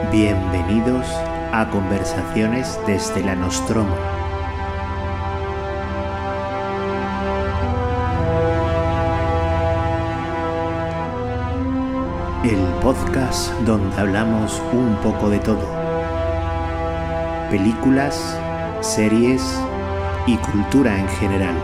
Bienvenidos a Conversaciones desde la Nostromo. El podcast donde hablamos un poco de todo. Películas, series y cultura en general.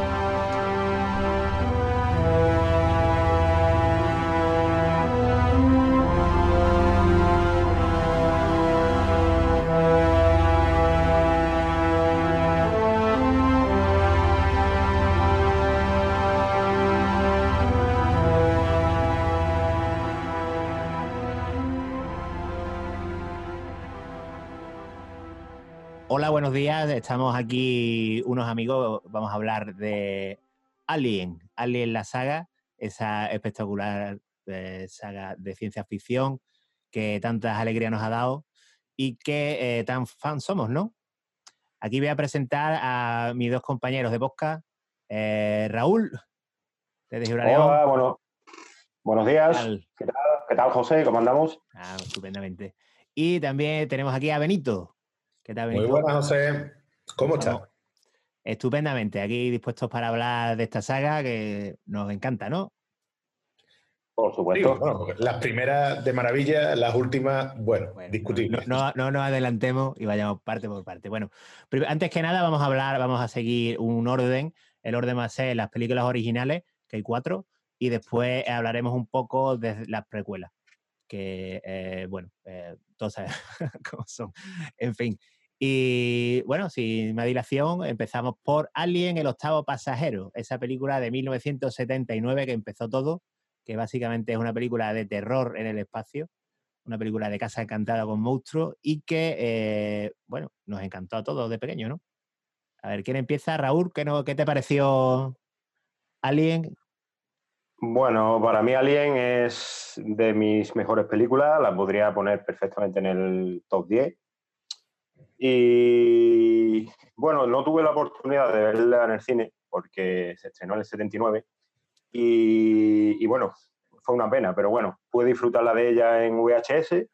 Hola, buenos días. Estamos aquí unos amigos. Vamos a hablar de Alien la saga, esa espectacular saga de ciencia ficción que tantas alegrías nos ha dado y que tan fans somos, ¿no? Aquí voy a presentar a mis dos compañeros de podcast. Raúl, desde Gibraleón. Hola, buenos ¿Qué días. tal? ¿Qué tal, José? ¿Cómo andamos? Estupendamente. Y también tenemos aquí a Benito. ¿Qué tal, Benito? Muy buenas, José. ¿Cómo Estamos estás? estupendamente, aquí dispuestos para hablar de esta saga que nos encanta, ¿no? Por Sí, supuesto. bueno, porque las primeras de maravilla, las últimas, bueno, Bueno, discutibles. no nos adelantemos y vayamos parte por parte. Bueno, antes que nada vamos a seguir un orden. El orden va a ser las películas originales, que hay 4, y después hablaremos un poco de las precuelas, que, todos sabemos cómo son. En fin. Y bueno, sin más dilación, empezamos por Alien, el octavo pasajero, esa película de 1979 que empezó todo, que básicamente es una película de terror en el espacio, una película de casa encantada con monstruos y que, nos encantó a todos de pequeño, ¿no? A ver, ¿quién empieza? Raúl, ¿qué te pareció Alien? Bueno, para mí Alien es de mis mejores películas, la podría poner perfectamente en el top 10. Y bueno, no tuve la oportunidad de verla en el cine porque se estrenó en el 79 y bueno, fue una pena, pero bueno, pude disfrutarla de ella en VHS.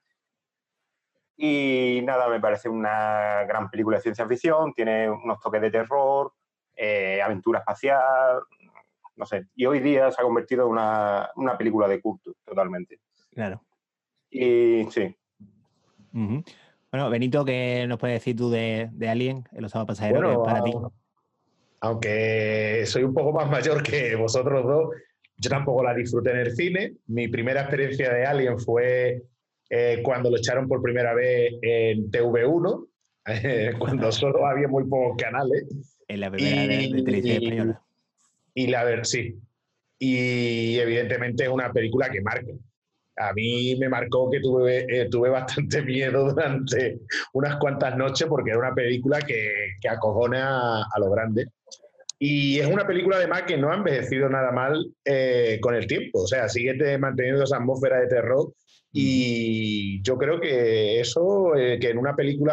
Y nada, me parece una gran película de ciencia ficción, tiene unos toques de terror, aventura espacial, no sé. Y hoy día se ha convertido en una película de culto, totalmente. Claro. Y sí. Uh-huh. Bueno, Benito, ¿qué nos puedes decir tú de Alien, el octavo pasajero, que es Bueno, para ti? aunque soy un poco más mayor que vosotros dos, yo tampoco la disfruté en el cine. Mi primera experiencia de Alien fue cuando lo echaron por primera vez en TV1, cuando solo había muy pocos canales. En la primera de televisión Y, española. y la ver, sí. Y evidentemente es una película que marca. A mí me marcó que tuve bastante miedo durante unas cuantas noches porque era una película que acojona a lo grande. Y es una película además que no ha envejecido nada mal con el tiempo. O sea, sigue manteniendo esa atmósfera de terror. Y yo creo que eso, que en una película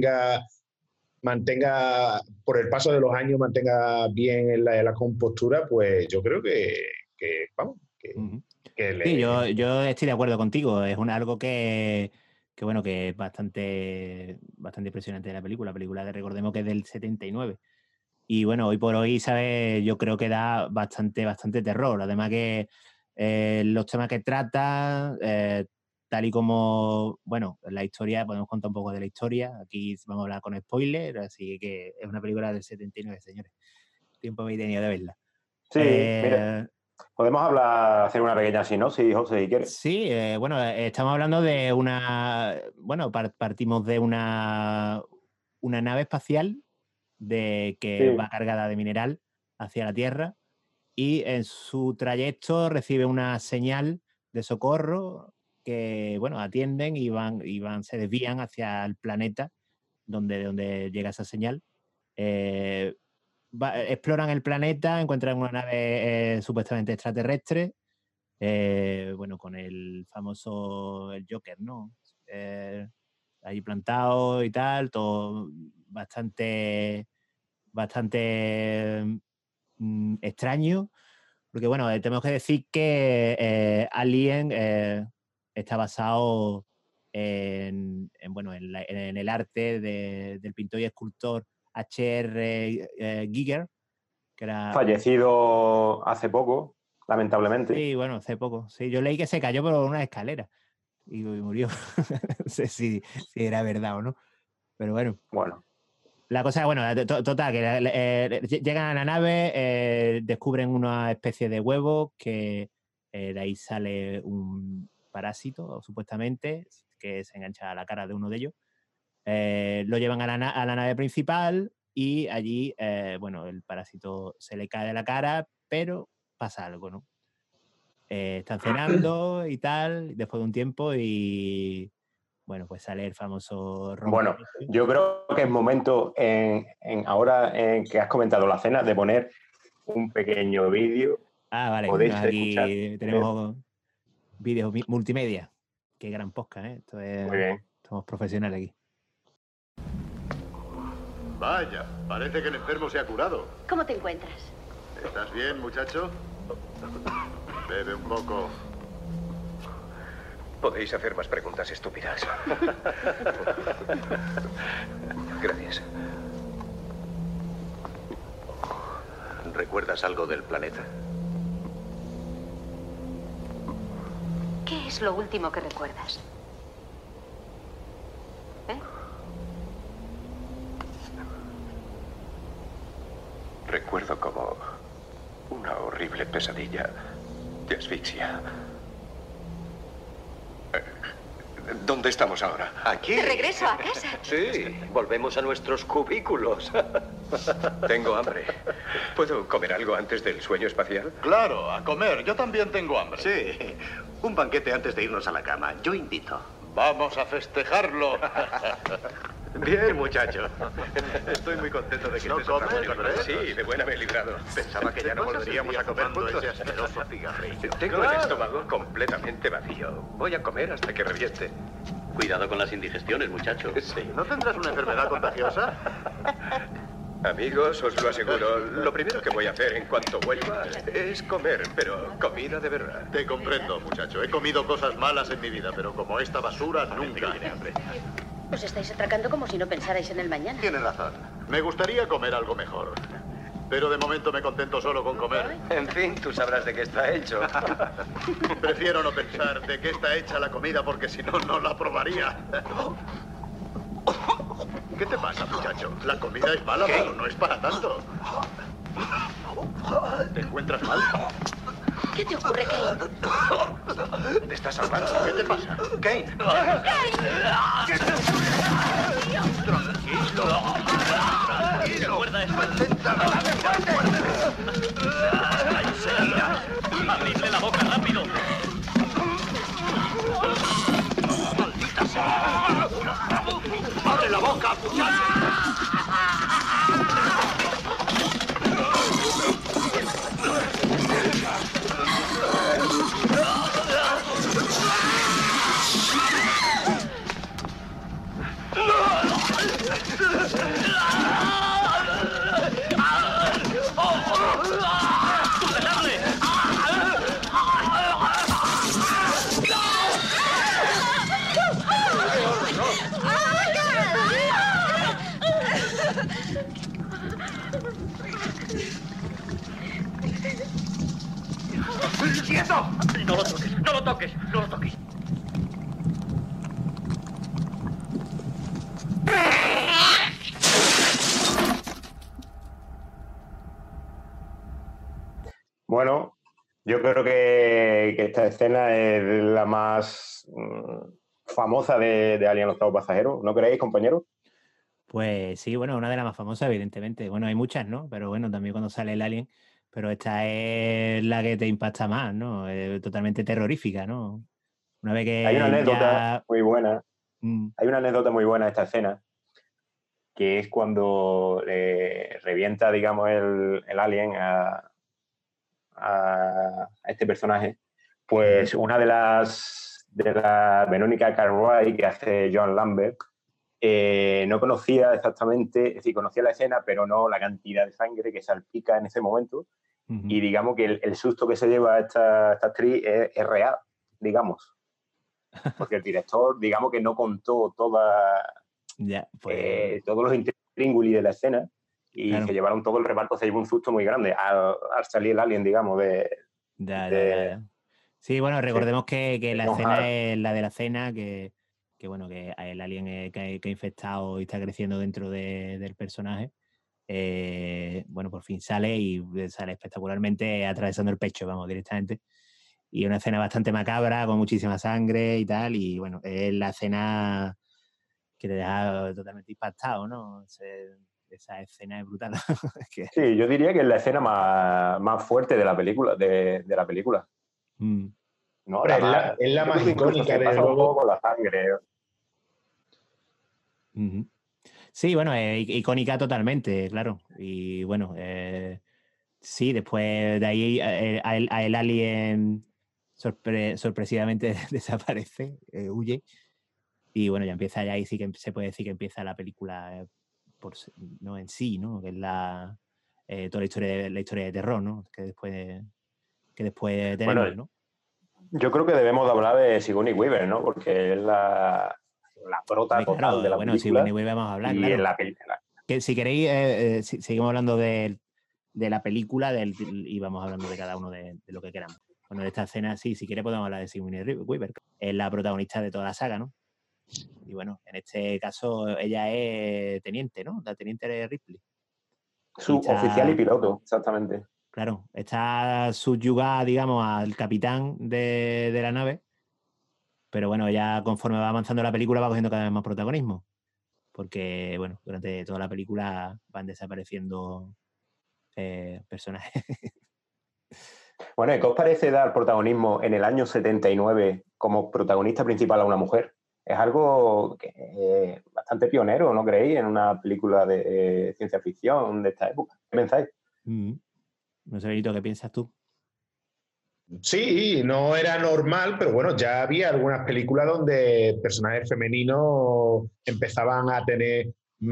mantenga, por el paso de los años, mantenga bien en la compostura, pues yo creo que vamos, Uh-huh. que Sí, le... yo estoy de acuerdo contigo. Es algo que es bastante impresionante de la película. La película que recordemos que es del 79. Y bueno, hoy por hoy, ¿sabes? Yo creo que da bastante terror. Además que los temas que trata, tal y como, bueno, la historia, podemos contar un poco de la historia. Aquí vamos a hablar con spoiler, así que es una película del 79, señores. Tiempo me he tenido de verla. Sí, mire, podemos hacer una pequeña sinopsis, José, si quieres. Sí, estamos hablando de partimos de una nave espacial que Sí. va cargada de mineral hacia la Tierra y en su trayecto recibe una señal de socorro que, atienden se desvían hacia el planeta donde llega esa señal. Exploran el planeta, encuentran una nave supuestamente extraterrestre, con el famoso el Joker, ¿no? Ahí plantado y tal, todo bastante extraño, porque tenemos que decir que Alien está basado en el arte del pintor y escultor H.R. Giger, que era... Fallecido hace poco, lamentablemente. Sí, bueno, hace poco. Sí, yo leí que se cayó por una escalera y murió. No sé si era verdad o no. Pero bueno. Bueno. La cosa es, bueno, total, que llegan a la nave, descubren una especie de huevo que de ahí sale un parásito, supuestamente, que se engancha a la cara de uno de ellos. Lo llevan a la nave principal y allí, bueno, el parásito se le cae de la cara, pero pasa algo, ¿no? Están cenando y tal, después de un tiempo y... Bueno, pues sale el famoso Ron. Bueno, yo creo que es momento, ahora que has comentado la cena, de poner un pequeño vídeo. Vale. Podéis aquí escuchar. Tenemos vídeos multimedia. Qué gran podcast, ¿eh? Muy bien. Somos profesionales aquí. Vaya, parece que el enfermo se ha curado. ¿Cómo te encuentras? ¿Estás bien, muchacho? Bebe un poco. Podéis hacer más preguntas estúpidas. Gracias. ¿Recuerdas algo del planeta? ¿Qué es lo último que recuerdas? Recuerdo como una horrible pesadilla de asfixia. ¿Dónde estamos ahora? Aquí. De regreso a casa. Sí, volvemos a nuestros cubículos. Tengo hambre. ¿Puedo comer algo antes del sueño espacial? Claro, a comer. Yo también tengo hambre. Sí, un banquete antes de irnos a la cama. Yo invito. Vamos a festejarlo. Bien, muchacho. Estoy muy contento de que ¿No estés otra comes, vez con Fred? nosotros. Sí, de buena me he librado. Pensaba que ya no volveríamos a comer juntos. Ese asqueroso cigarrillo. Tengo el estómago completamente vacío. Voy a comer hasta que reviente. Cuidado con las indigestiones, muchacho. Sí. ¿No tendrás una enfermedad contagiosa? Amigos, os lo aseguro, lo primero que voy a hacer en cuanto vuelva es comer, pero comida de verdad. Te comprendo, muchacho. He comido cosas malas en mi vida, pero como esta basura, nunca. Os estáis atracando como si no pensarais en el mañana. Tienes razón. Me gustaría comer algo mejor. Pero de momento me contento solo con comer. En fin, tú sabrás de qué está hecho. Prefiero no pensar de qué está hecha la comida porque si no, no la probaría. ¿Qué te pasa, muchacho? La comida es mala, pero no es para tanto. ¿Te encuentras mal? ¿Qué te ocurre, Kane? ¿Te estás salvando? ¿Qué te pasa? Kane. Recuerda esto. ¡Abridle la boca, rápido! ¡Maldita sea! ¡Abre la boca, muchacho! ¡Quieto! ¡No lo toques! ¡No lo toques! ¡No lo toques! Bueno, yo creo que esta escena es la más famosa de Alien los octavo pasajero. ¿No creéis, compañeros? Pues sí, bueno, una de las más famosas, evidentemente. Bueno, hay muchas, ¿no? Pero bueno, también cuando sale el Alien. Pero esta es la que te impacta más, ¿no? Es totalmente terrorífica, ¿no? Una vez que hay una anécdota muy buena. Hay una anécdota muy buena de esta escena, que es cuando revienta, digamos, el alien a este personaje. Pues una de las Verónica Cartwright, que hace John Lambert, no conocía exactamente, es decir, conocía la escena, pero no la cantidad de sangre que salpica en ese momento. Y digamos que el susto que se lleva esta actriz es real, digamos. porque el director, digamos que no contó Ya, pues, todos los intríngulis de la escena y claro. se llevaron todo el reparto, se llevó un susto muy grande al salir el alien, digamos, Ya. Sí, bueno, recordemos que la John escena Hart. es la de la cena, que bueno, que el alien que ha infectado y está creciendo dentro del personaje. Bueno, por fin sale y sale espectacularmente atravesando el pecho, vamos, directamente. Y una escena bastante macabra, con muchísima sangre y tal. Y bueno, es la escena que te deja totalmente impactado, ¿no? Esa escena es brutal. Sí, yo diría que es la escena más fuerte de la película, de la película. ¿No? Hombre, es la yo más creo que incluso icónica, se desde pasa un luego. poco con la sangre. Sí, bueno, es icónica totalmente, claro. Y bueno, sí, después de ahí a el alien sorpresivamente desaparece, huye. Y bueno, ya empieza, ya ahí sí que se puede decir que empieza la película no en sí, ¿no? Que es toda la historia de terror, ¿no? Que después tenemos, Bueno, ¿no? yo creo que debemos de hablar de Sigourney Weaver, ¿no? Porque es la prota total Claro, de la bueno, película. sí, vamos a hablar, y claro. en la película. Que si queréis, seguimos hablando de la película y vamos hablando de cada uno de lo que queramos. Bueno, de esta escena, sí, si quieres podemos hablar de Sigourney Weaver. Es la protagonista de toda la saga, ¿no? Y bueno, en este caso ella es teniente, ¿no? La teniente de Ripley. Oficial y piloto, exactamente. Claro, está subyugada, digamos, al capitán de la nave, pero bueno, ella conforme va avanzando la película va cogiendo cada vez más protagonismo, porque, bueno, durante toda la película van desapareciendo personajes. Bueno, ¿qué os parece dar protagonismo en el año 79 como protagonista principal a una mujer? Es algo bastante pionero, ¿no creéis? En una película de ciencia ficción de esta época. ¿Qué pensáis? No sé, Benito, ¿qué piensas tú? Sí, no era normal, pero bueno, ya había algunas películas donde personajes femeninos empezaban a tener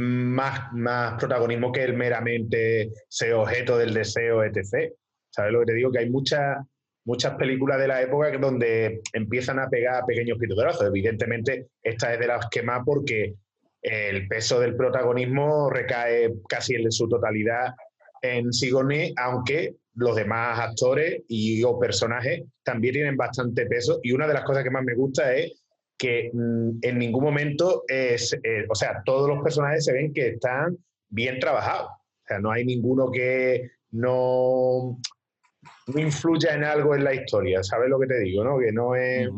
más protagonismo que el meramente ser objeto del deseo, etc. ¿Sabes lo que te digo? Que hay muchas películas de la época donde empiezan a pegar pequeños pitudazos. Evidentemente, esta es de las que más porque el peso del protagonismo recae casi en su totalidad en Sigourney, aunque los demás actores o personajes también tienen bastante peso. Y una de las cosas que más me gusta es que en ningún momento o sea, todos los personajes se ven que están bien trabajados. O sea, no hay ninguno que no influya en algo en la historia. ¿Sabes lo que te digo, no? Que no es...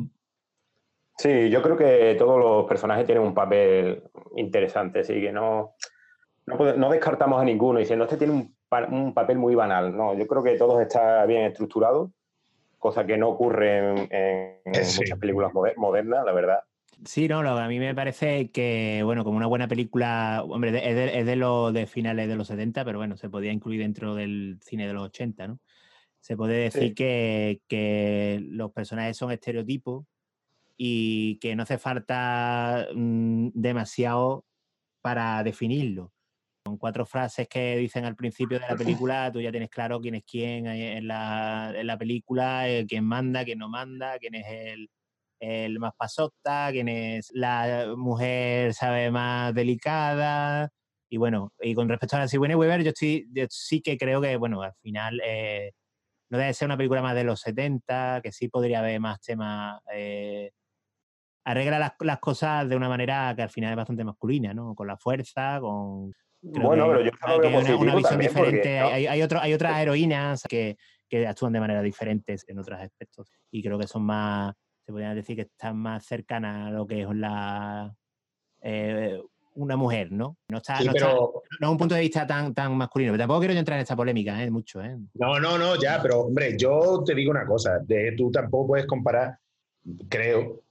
Sí, yo creo que todos los personajes tienen un papel interesante, así que no descartamos a ninguno diciendo este tiene un papel muy banal. No, yo creo que todos están bien estructurados, cosa que no ocurre en muchas películas modernas, la verdad. Sí, no, a mí me parece que, bueno, como una buena película, hombre, es de los de finales de los 70, pero bueno, se podía incluir dentro del cine de los 80, ¿no? Se puede decir que los personajes son estereotipos y que no hace falta demasiado para definirlo. Con 4 frases que dicen al principio de la película, tú ya tienes claro quién es quién en la película, quién manda, quién no manda, quién es el más pasota, quién es la mujer, sabe, más delicada. Y bueno, y con respecto a la Sigourney Weaver, yo sí que creo que, bueno, al final no debe ser una película más de los 70, que sí podría haber más temas. Arregla las cosas de una manera que al final es bastante masculina, ¿no? Con la fuerza, con... Bueno, pero yo lo veo positivo una visión también diferente. porque, ¿no? Hay otras heroínas que actúan de manera diferente en otros aspectos. Y creo que son más, se podría decir que están más cercanas a lo que es una mujer, ¿no? No es un punto de vista tan masculino. Pero tampoco quiero yo entrar en esta polémica, mucho, ¿eh? No, ya, pero hombre, yo te digo una cosa, tú tampoco puedes comparar, creo,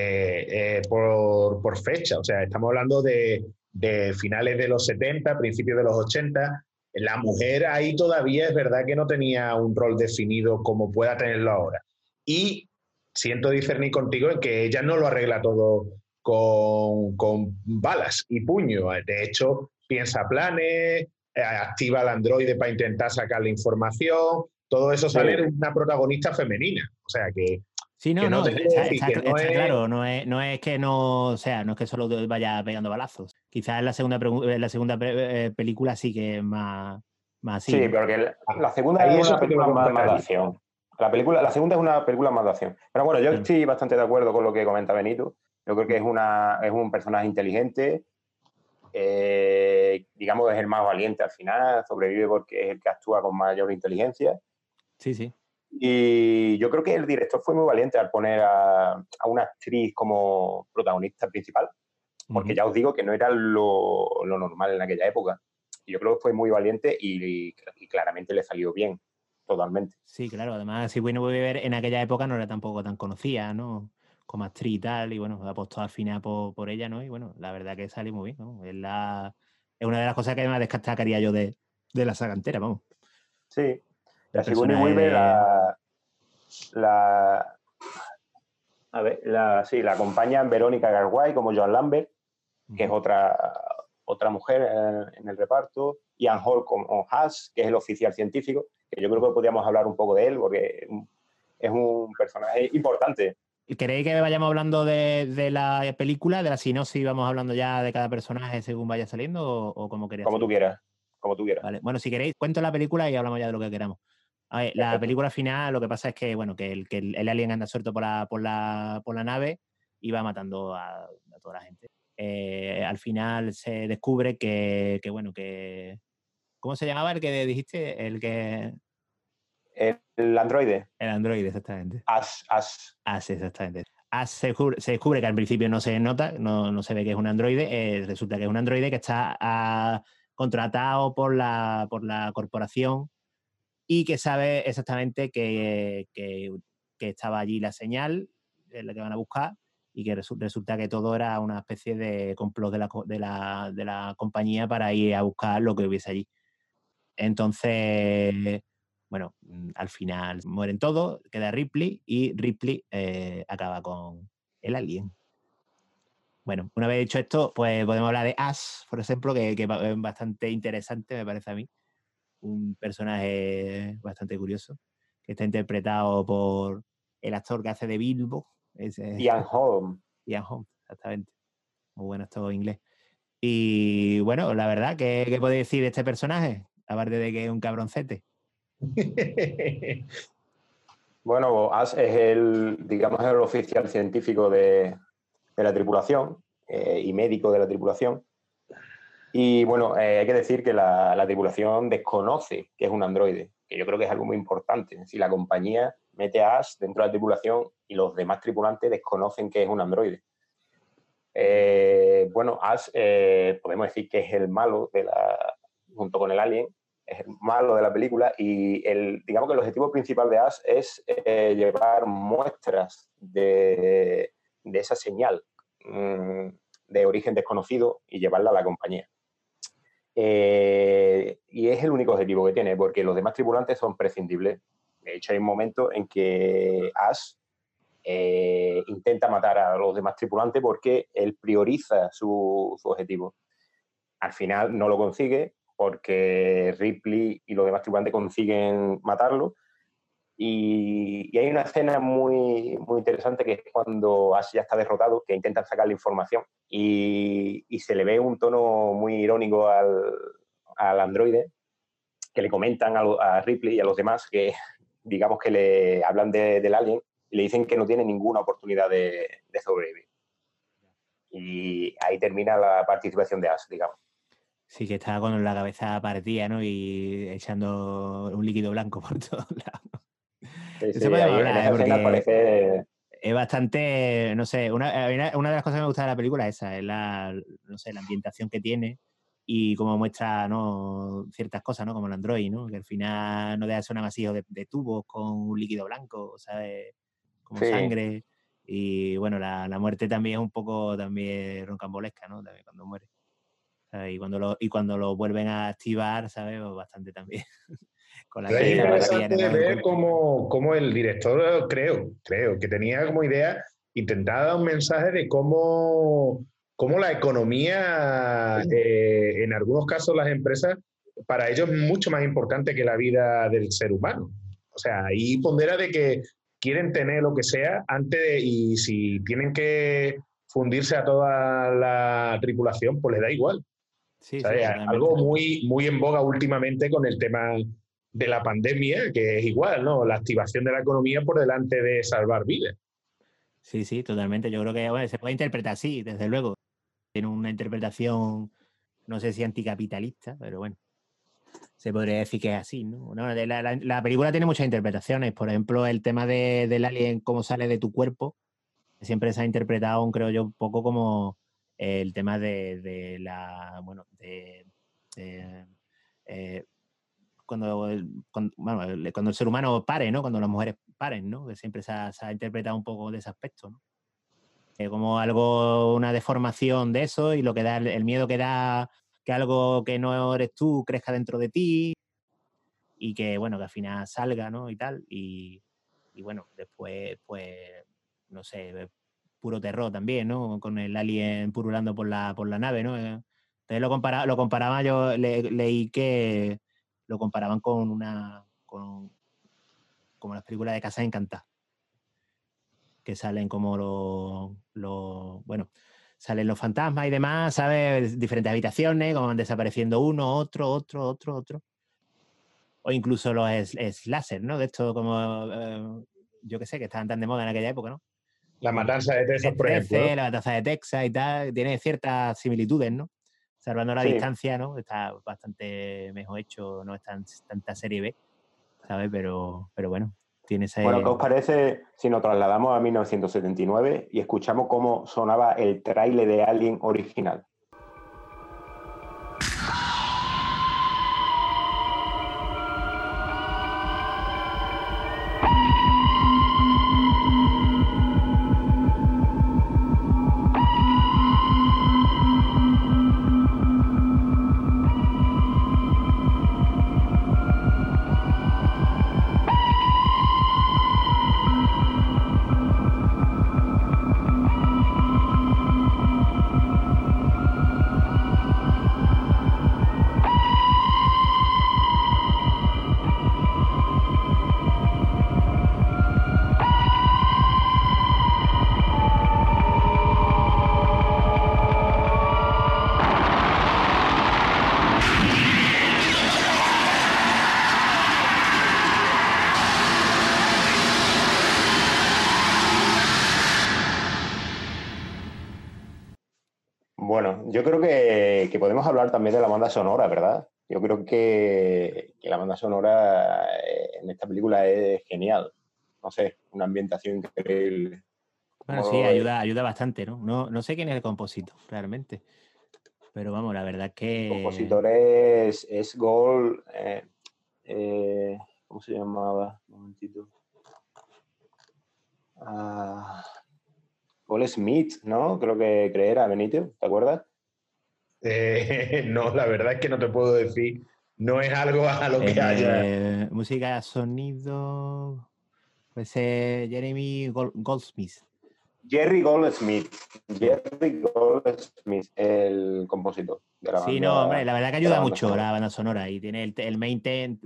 por fecha. O sea, estamos hablando de finales de los 70, principios de los 80. La mujer ahí todavía es verdad que no tenía un rol definido como pueda tenerlo ahora. Y siento discernir contigo en que ella no lo arregla todo con balas y puño. De hecho, piensa planes, activa al androide para intentar sacar la información. Todo eso sale de una protagonista femenina. O sea que Sí, no, Que no no, te quiero decir está que no es... claro, no es que no, o sea, no es que solo vaya pegando balazos. Quizás en la segunda película sí que es más así, Sí, ¿no? porque la segunda Ahí es eso una te lo película más de compraría. acción. La segunda es una película más de acción. Pero bueno, yo Claro. estoy bastante de acuerdo con lo que comenta Benito. Yo creo que es un personaje inteligente. Digamos, es el más valiente al final. Sobrevive porque es el que actúa con mayor inteligencia. Sí, sí. Y yo creo que el director fue muy valiente al poner a una actriz como protagonista principal. Porque ya os digo que no era lo normal en aquella época. Y yo creo que fue muy valiente y claramente le salió bien, totalmente. Sí, claro. Además, Sigourney Weaver en aquella época no era tampoco tan conocida, ¿no? Como actriz y tal. Y bueno, apostó al final por ella, ¿no? Y bueno, la verdad que salió muy bien, ¿no? Es una de las cosas que más destacaría yo de la saga entera, vamos. Sí. El La Sigourney personaje Weaver, de... la acompañan Verónica Garguay como Joan Lambert, que es otra mujer en el reparto, Ian Hall como Haas, que es el oficial científico, que yo creo que podríamos hablar un poco de él, porque es un personaje importante. ¿Queréis que vayamos hablando de la película, de la sinopsis, vamos hablando ya de cada personaje según vaya saliendo o como queréis Como hacerlo? tú quieras, como tú quieras. Vale. Bueno, si queréis, cuento la película y hablamos ya de lo que queramos. A ver, la película final, lo que pasa es que, bueno, que el alien anda suelto por la nave y va matando a toda la gente. Al final se descubre que bueno, que... ¿Cómo se llamaba el que dijiste? El androide. El androide, exactamente. As. Exactamente. Se descubre que al principio no se nota, no se ve que es un androide, resulta que es un androide que está contratado por la corporación y que sabe exactamente que estaba allí la señal, la que van a buscar, y que resulta que todo era una especie de complot de la compañía para ir a buscar lo que hubiese allí. Entonces, bueno, al final mueren todos, queda Ripley y Ripley acaba con el alien. Bueno, una vez dicho esto, pues podemos hablar de Ash, por ejemplo, que es bastante interesante, me parece a mí. Un personaje bastante curioso, que está interpretado por el actor que hace de Bilbo. Ian Holm. Ian Holm, exactamente. Muy buen actor inglés. Y bueno, la verdad, ¿qué podéis decir de este personaje? Aparte de que es un cabroncete. Bueno, Ash es digamos, el oficial científico de la tripulación y médico de la tripulación. Y bueno, hay que decir que la tripulación desconoce que es un androide, que yo creo que es algo muy importante. Si la compañía mete a Ash dentro de la tripulación y los demás tripulantes desconocen que es un androide. Bueno, Ash podemos decir que es el malo junto con el alien, es el malo de la película y digamos que el objetivo principal de Ash es llevar muestras de esa señal de origen desconocido y llevarla a la compañía. Y es el único objetivo que tiene, porque los demás tripulantes son prescindibles. De hecho, hay un momento en que Ash intenta matar a los demás tripulantes porque él prioriza su objetivo. Al final no lo consigue porque Ripley y los demás tripulantes consiguen matarlo. Y hay una escena muy, muy interesante que es cuando Ash ya está derrotado, que intentan sacar la información y se le ve un tono muy irónico al androide, que le comentan a Ripley y a los demás que digamos que le hablan del alien y le dicen que no tiene ninguna oportunidad de sobrevivir. Y ahí termina la participación de Ash, digamos. Sí, que estaba con la cabeza partida, ¿no? Y echando un líquido blanco por todos lados. Sí, Eso podemos ahí, hablar, en esa escena parece... Es bastante, no sé, una de las cosas que me gusta de la película es esa, es no sé, la ambientación que tiene y cómo muestra, ¿no?, ciertas cosas, ¿no? Como el Android, ¿no? Que al final no deja de ser un amasijo de tubos con un líquido blanco, ¿sabes? Como Sí. sangre. Y bueno, la muerte también es un poco también roncambolesca, ¿no? También cuando muere. ¿Sabes? Y cuando lo vuelven a activar, ¿sabes? Pues bastante también. Con la Pero es cabeza partida interesante en el ver cuerpo. cómo el director, creo que tenía como idea intentar dar un mensaje de cómo la economía, en algunos casos las empresas, para ellos es mucho más importante que la vida del ser humano. O sea, ahí pondera de que quieren tener lo que sea y si tienen que fundirse a toda la tripulación, pues les da igual. Sí, O sea, sí, es totalmente. algo muy en boga últimamente con el tema de la pandemia, que es igual, ¿no? La activación de la economía por delante de salvar vidas. Sí, totalmente. Yo creo que bueno, se puede interpretar así, desde luego. Tiene una interpretación, no sé si anticapitalista, pero bueno, se podría decir que es así, ¿no? La película tiene muchas interpretaciones. Por ejemplo, el tema del alien, cómo sale de tu cuerpo, siempre se ha interpretado, creo yo, un poco como el tema de la, bueno, cuando el ser humano pare, ¿no? Cuando las mujeres paren, ¿no? Que siempre se ha interpretado un poco de ese aspecto, ¿no? Como algo, una deformación de eso y lo que da, el miedo que da que algo que no eres tú crezca dentro de ti y que, bueno, que al final salga, ¿no? Y tal. Y bueno, después, pues, no sé, puro terror también, ¿no? Con el alien purulando por la nave, ¿no? Entonces lo comparaba, yo leí que lo comparaban con como las películas de Casa Encantada, que salen como bueno, salen los fantasmas y demás, ¿sabes? Diferentes habitaciones, como van desapareciendo uno, otro. O incluso los slasher, ¿no? De esto como, yo qué sé, que estaban tan de moda en aquella época, ¿no? La matanza de Texas, por ejemplo, ¿no? La matanza de Texas y tal, tiene ciertas similitudes, ¿no? Salvando la distancia, ¿no? Está bastante mejor hecho, no es tanta serie B, ¿sabes? Pero bueno, tiene ese... Bueno, ¿qué os parece si nos trasladamos a 1979 y escuchamos cómo sonaba el tráiler de Alien original? Bueno, yo creo que podemos hablar también de la banda sonora, ¿verdad? Yo creo que la banda sonora en esta película es genial. No sé, una ambientación increíble. Bueno, sí, ayuda bastante, ¿no? No sé quién es el compositor, realmente. Pero vamos, la verdad es que... El compositor es Gold... ¿cómo se llamaba? Un momentito. Paul Smith, ¿no? Creo que era Benito, ¿te acuerdas? No, la verdad es que no te puedo decir. No es algo a lo que haya. Música, sonido... Pues Jeremy Goldsmith. Jerry Goldsmith, el compositor de la banda. Sí, no, hombre, la verdad que ayuda mucho la banda sonora y tiene el main theme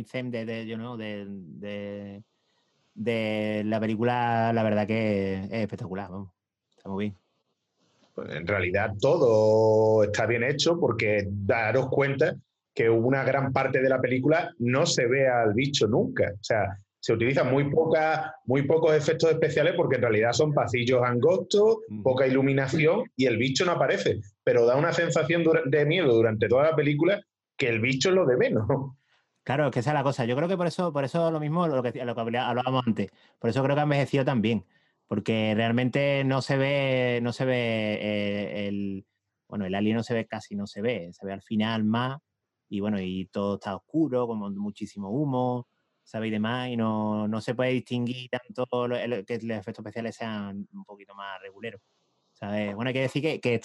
de la película, la verdad que es espectacular, vamos. Está muy bien. Pues en realidad todo está bien hecho porque daros cuenta que una gran parte de la película no se ve al bicho nunca. O sea, se utilizan muy pocos efectos especiales porque en realidad son pasillos angostos, poca iluminación y el bicho no aparece. Pero da una sensación de miedo durante toda la película que el bicho es lo de menos. Claro, es que esa es la cosa. Yo creo que por eso lo mismo, lo que hablábamos antes. Por eso creo que ha envejecido tan bien. Porque realmente no se ve el alien no se ve, casi no se ve al final más, y bueno, y todo está oscuro, como muchísimo humo, ¿sabes? Y demás, y no se puede distinguir tanto que los efectos especiales sean un poquito más reguleros, ¿sabes? Bueno, hay que decir que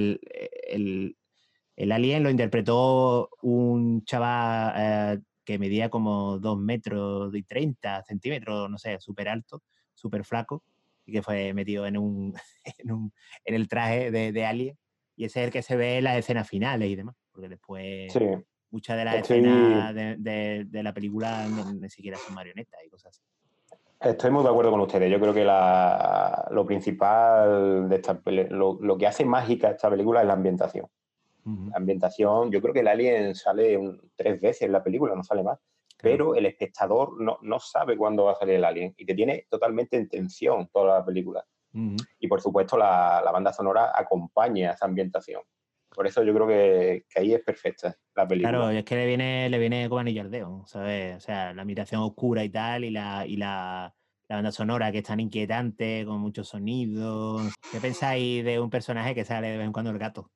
el alien lo interpretó un chaval que medía como 2 metros y 30 centímetros, no sé, súper alto, súper flaco, y que fue metido en el traje de Alien, y ese es el que se ve en las escenas finales y demás, porque después muchas de las escenas de la película ni siquiera son marionetas y cosas así. Estoy muy de acuerdo con ustedes. Yo creo que lo principal de lo que hace mágica esta película es la ambientación. La ambientación, yo creo que el alien sale 3 veces en la película, no sale más. Pero el espectador no sabe cuándo va a salir el alien y te tiene totalmente en tensión toda la película. Y por supuesto la banda sonora acompaña esa ambientación. Por eso yo creo que ahí es perfecta la película. Claro, es que le viene como anillo al dedo, ¿sabes? O sea, la ambientación oscura y tal, y la banda sonora que es tan inquietante, con muchos sonidos. ¿Qué pensáis de un personaje que sale de vez en cuando el gato?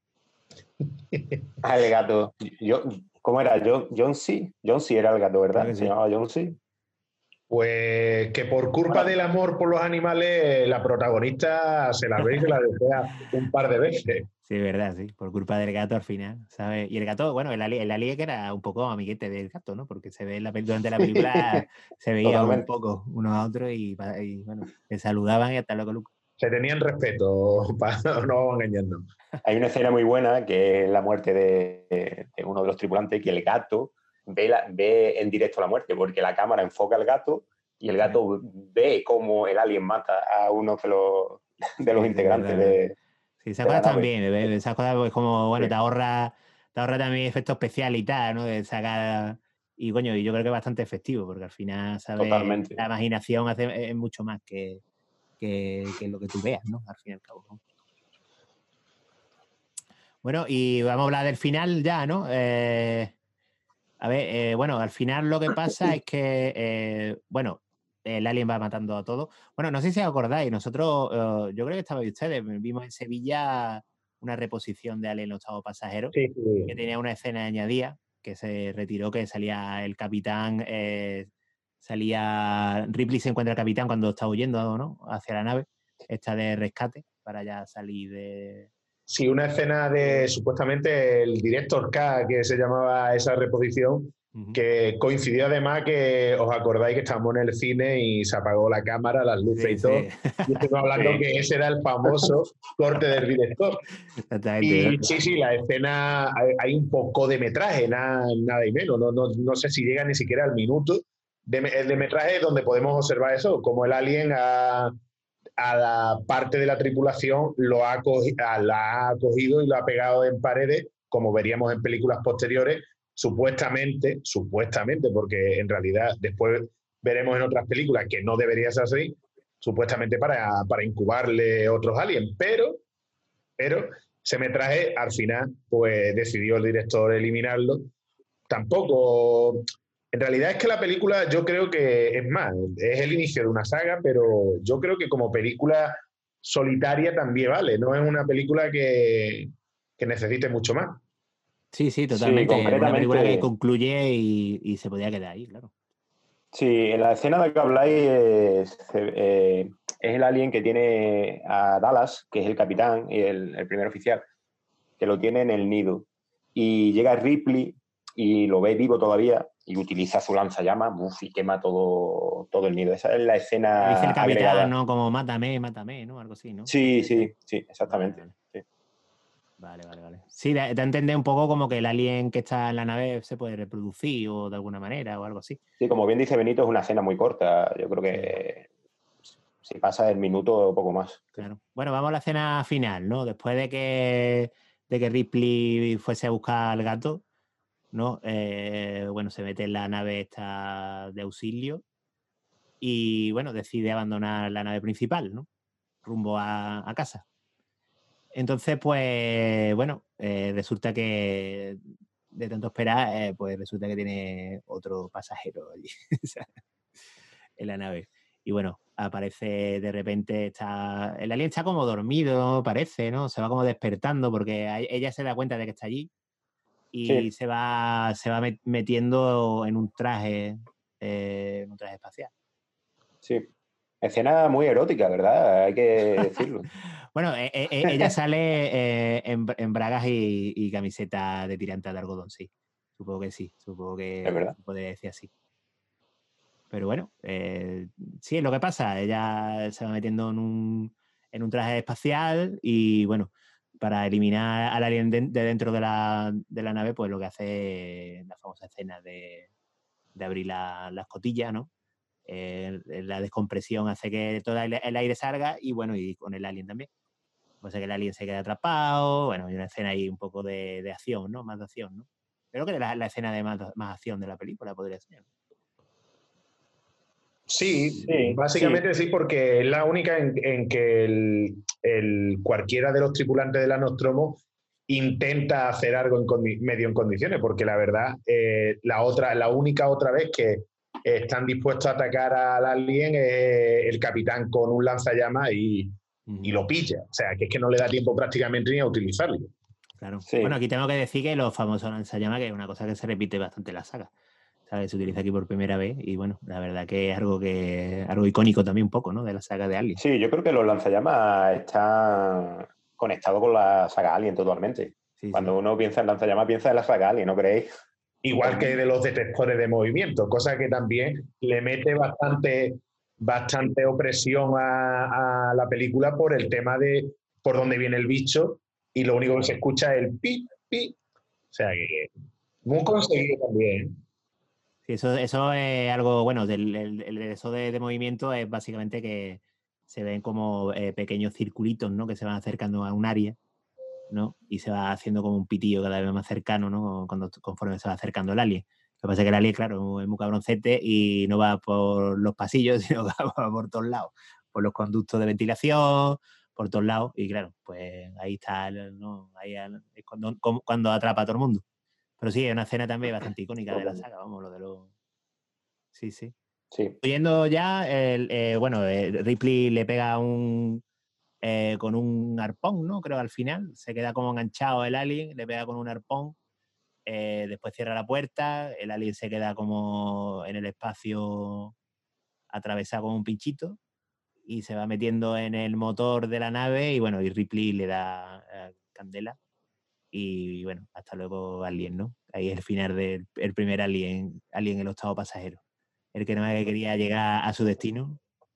El gato. ¿Cómo era? John C. John C. era el gato, ¿verdad? Sí. Se llamaba John C. Pues que por culpa del amor por los animales, la protagonista se la ve y se la desea un par de veces. Sí, verdad, sí. Por culpa del gato al final, ¿sabes? Y el gato, bueno, el alien que era un poco amiguete del gato, ¿no? Porque se ve durante la película, se veía Totalmente. un poco unos a otros y bueno, se saludaban y hasta luego. Se tenían respeto, no vamos a engañarnos. Hay una escena muy buena que es la muerte de uno de los tripulantes, que el gato ve en directo la muerte, porque la cámara enfoca al gato y el gato ve cómo el alien mata a uno de los integrantes de... Sí, esas cosas también, esas cosas pues como, bueno, Sí. te ahorra también efectos especiales y tal, ¿no? De sacar... Y coño, y yo creo que es bastante efectivo, porque al final, ¿sabes? Totalmente. La imaginación es mucho más que lo que tú veas, ¿no? Al fin y al cabo, ¿no? Bueno, y vamos a hablar del final ya, ¿no? A ver, bueno, al final lo que pasa es que, bueno, el alien va matando a todos. Bueno, no sé si os acordáis, nosotros, yo creo que estabais ustedes, vimos en Sevilla una reposición de Alien el octavo pasajero, Sí. que tenía una escena añadida, que se retiró, que salía el capitán, Ripley se encuentra el capitán cuando está huyendo, ¿no? Hacia la nave, esta de rescate, para ya salir de... Sí, una escena de supuestamente el director K, que se llamaba esa reposición, que coincidió además que os acordáis que estábamos en el cine y se apagó la cámara, las luces y todo. Y estuvimos hablando que ese era el famoso corte del director. Y sí, la escena, hay un poco de metraje, nada y menos. No sé si llega ni siquiera al minuto de metraje donde podemos observar eso, como el alien a la parte de la tripulación la ha cogido y lo ha pegado en paredes, como veríamos en películas posteriores, supuestamente, porque en realidad después veremos en otras películas que no debería ser así, supuestamente para incubarle otros aliens, pero ese metraje al final pues decidió el director eliminarlo. Tampoco... En realidad es que la película yo creo que es más, es el inicio de una saga, pero yo creo que como película solitaria también vale, no es una película que necesite mucho más. Sí, totalmente. Sí, una película que concluye y se podía quedar ahí, claro. Sí, en la escena de que habláis es el alien que tiene a Dallas, que es el capitán y el primer oficial, que lo tiene en el nido. Y llega Ripley y lo ve vivo todavía y utiliza su lanzallamas y quema todo el nido. Esa es la escena dice el capitán, agregada. ¿no? Como mátame, ¿no? Algo así, ¿no? Sí, exactamente. Vale. Sí, da a entender un poco como que el alien que está en la nave se puede reproducir o de alguna manera o algo así. Sí, como bien dice Benito, es una escena muy corta. Yo creo que si pasa el minuto o poco más. Claro. Bueno, vamos a la escena final, ¿no? Después de que Ripley fuese a buscar al gato, ¿no? Bueno, se mete en la nave esta de auxilio y, bueno, decide abandonar la nave principal, ¿no? Rumbo a casa. Entonces, pues, bueno, resulta que de tanto esperar, pues resulta que tiene otro pasajero allí en la nave. Y bueno, aparece de repente, el alien está como dormido, parece, ¿no? Se va como despertando porque ella se da cuenta de que está allí y se va metiendo en un traje espacial. Sí. Escena muy erótica, ¿verdad? Hay que decirlo. Bueno, ella sale en bragas y camiseta de tiranta de algodón, sí. Supongo que sí. Supongo que es verdad. se puede decir así. Pero bueno, sí, es lo que pasa. Ella se va metiendo en un traje espacial y bueno, para eliminar al alien de dentro de la nave, pues lo que hace es la famosa escena de abrir la escotilla, ¿no? La descompresión hace que todo el aire salga y bueno, y con el alien también. Pues que el alien se queda atrapado, bueno, hay una escena ahí un poco de acción, ¿no? Más de acción, ¿no? Creo que la escena de más acción de la película podría ser. Sí, básicamente sí, porque es la única en que cualquiera de los tripulantes de la Nostromo intenta hacer algo medio en condiciones, porque la verdad, la única otra vez que están dispuestos a atacar al alien es el capitán con un lanzallamas y lo pilla. O sea, que es que no le da tiempo prácticamente ni a utilizarlo. Claro. Sí. Bueno, aquí tengo que decir que los famosos lanzallamas, que es una cosa que se repite bastante en la saga. ¿Sabes? Se utiliza aquí por primera vez y bueno, la verdad que es algo icónico también un poco, ¿no? De la saga de Alien. Sí, yo creo que los lanzallamas están conectados con la saga Alien totalmente. Sí, cuando uno piensa en lanzallamas, piensa en la saga Alien, ¿no creéis? Igual que de los detectores de movimiento, cosa que también le mete bastante opresión a la película por el tema de por dónde viene el bicho y lo único que se escucha es el pi, pi. O sea que muy conseguido también. Sí, eso es algo, bueno, eso de movimiento es básicamente que se ven como pequeños circulitos, ¿no? Que se van acercando a un área, ¿no? Y se va haciendo como un pitillo cada vez más cercano, ¿no? Conforme se va acercando el alien. Lo que pasa es que el alien, claro, es muy cabroncete y no va por los pasillos, sino que va por todos lados, por los conductos de ventilación, por todos lados. Y claro, pues ahí está, ¿no? Ahí es cuando atrapa a todo el mundo. Pero sí, es una escena también bastante icónica de la saga, vamos, lo de los... Sí. Oyendo ya, Ripley le pega con un arpón, ¿no? Creo al final, se queda como enganchado el alien, le pega con un arpón, después cierra la puerta, el alien se queda como en el espacio atravesado con un pinchito y se va metiendo en el motor de la nave y bueno, y Ripley le da candela. Y bueno, hasta luego Alien, ¿no? Ahí es el final del primer Alien, el octavo pasajero. El que no quería llegar a su destino.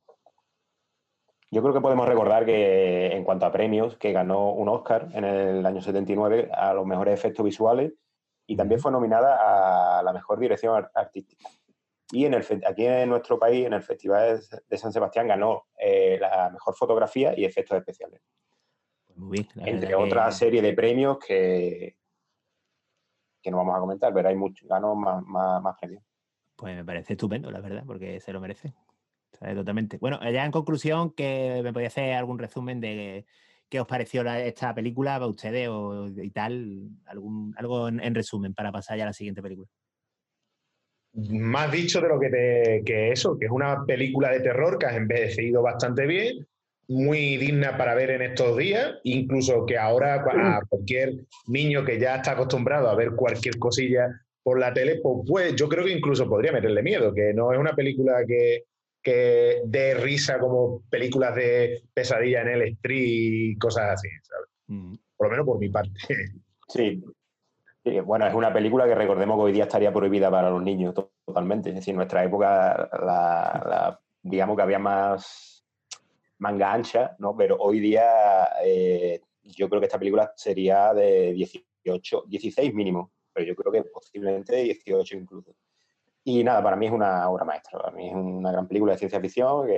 Yo creo que podemos recordar que en cuanto a premios, que ganó un Oscar en el año 79 a los mejores efectos visuales y también fue nominada a la mejor dirección artística. Y aquí en nuestro país, en el Festival de San Sebastián, ganó la mejor fotografía y efectos especiales. Muy bien. Entre otra serie de premios que no vamos a comentar, pero hay ganó más premios. Pues me parece estupendo, la verdad, porque se lo merece. Totalmente. Bueno, ya en conclusión, que me podía hacer algún resumen de qué os pareció esta película a ustedes y tal, algo en resumen para pasar ya a la siguiente película. Más dicho de lo que eso, que es una película de terror que has envejecido bastante bien, muy digna para ver en estos días, incluso que ahora a cualquier niño que ya está acostumbrado a ver cualquier cosilla por la tele, pues yo creo que incluso podría meterle miedo, que no es una película que dé risa como películas de pesadilla en el street y cosas así, ¿sabes? Por lo menos por mi parte. Sí. Sí, bueno, es una película que recordemos que hoy día estaría prohibida para los niños totalmente. Es decir, en nuestra época, digamos que había más manga ancha, ¿no? Pero hoy día yo creo que esta película sería de 16 mínimo, pero yo creo que posiblemente 18 incluso. Y nada, para mí es una obra maestra. Para mí es una gran película de ciencia ficción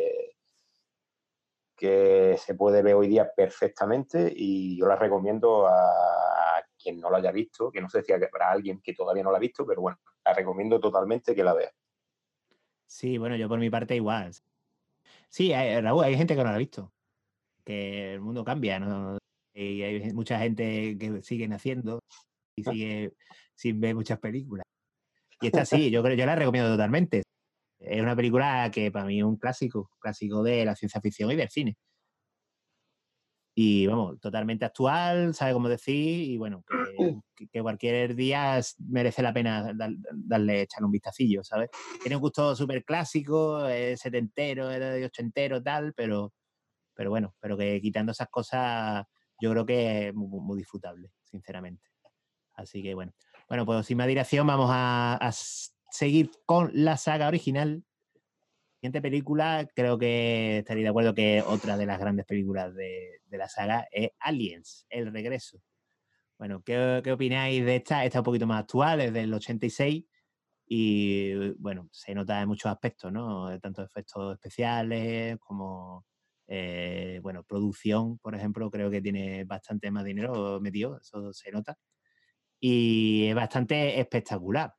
que se puede ver hoy día perfectamente y yo la recomiendo a quien no lo haya visto, que no sé si habrá alguien que todavía no la ha visto, pero bueno, la recomiendo totalmente que la vea. Sí, bueno, yo por mi parte igual. Sí, Raúl, hay gente que no la ha visto, que el mundo cambia, ¿no? Y hay mucha gente que sigue naciendo y sigue sin ver muchas películas. Y esta sí, yo la recomiendo totalmente. Es una película que para mí es un clásico de la ciencia ficción y del cine. Y vamos, totalmente actual, sabe cómo decir, y bueno, que cualquier día merece la pena echarle un vistacillo, ¿sabes? Tiene un gusto súper clásico, setentero, ochentero, tal, pero bueno, pero que quitando esas cosas, yo creo que es muy, muy disfrutable, sinceramente. Así que bueno, pues sin más dilación vamos a seguir con la saga original. Siguiente película, creo que estaréis de acuerdo que otra de las grandes películas de la saga es Aliens, El Regreso. Bueno, ¿qué opináis de esta? Esta es un poquito más actual, es del 86 y bueno, se nota en muchos aspectos, ¿no? Tanto efectos especiales como, bueno, producción, por ejemplo, creo que tiene bastante más dinero metido, eso se nota. Y es bastante espectacular.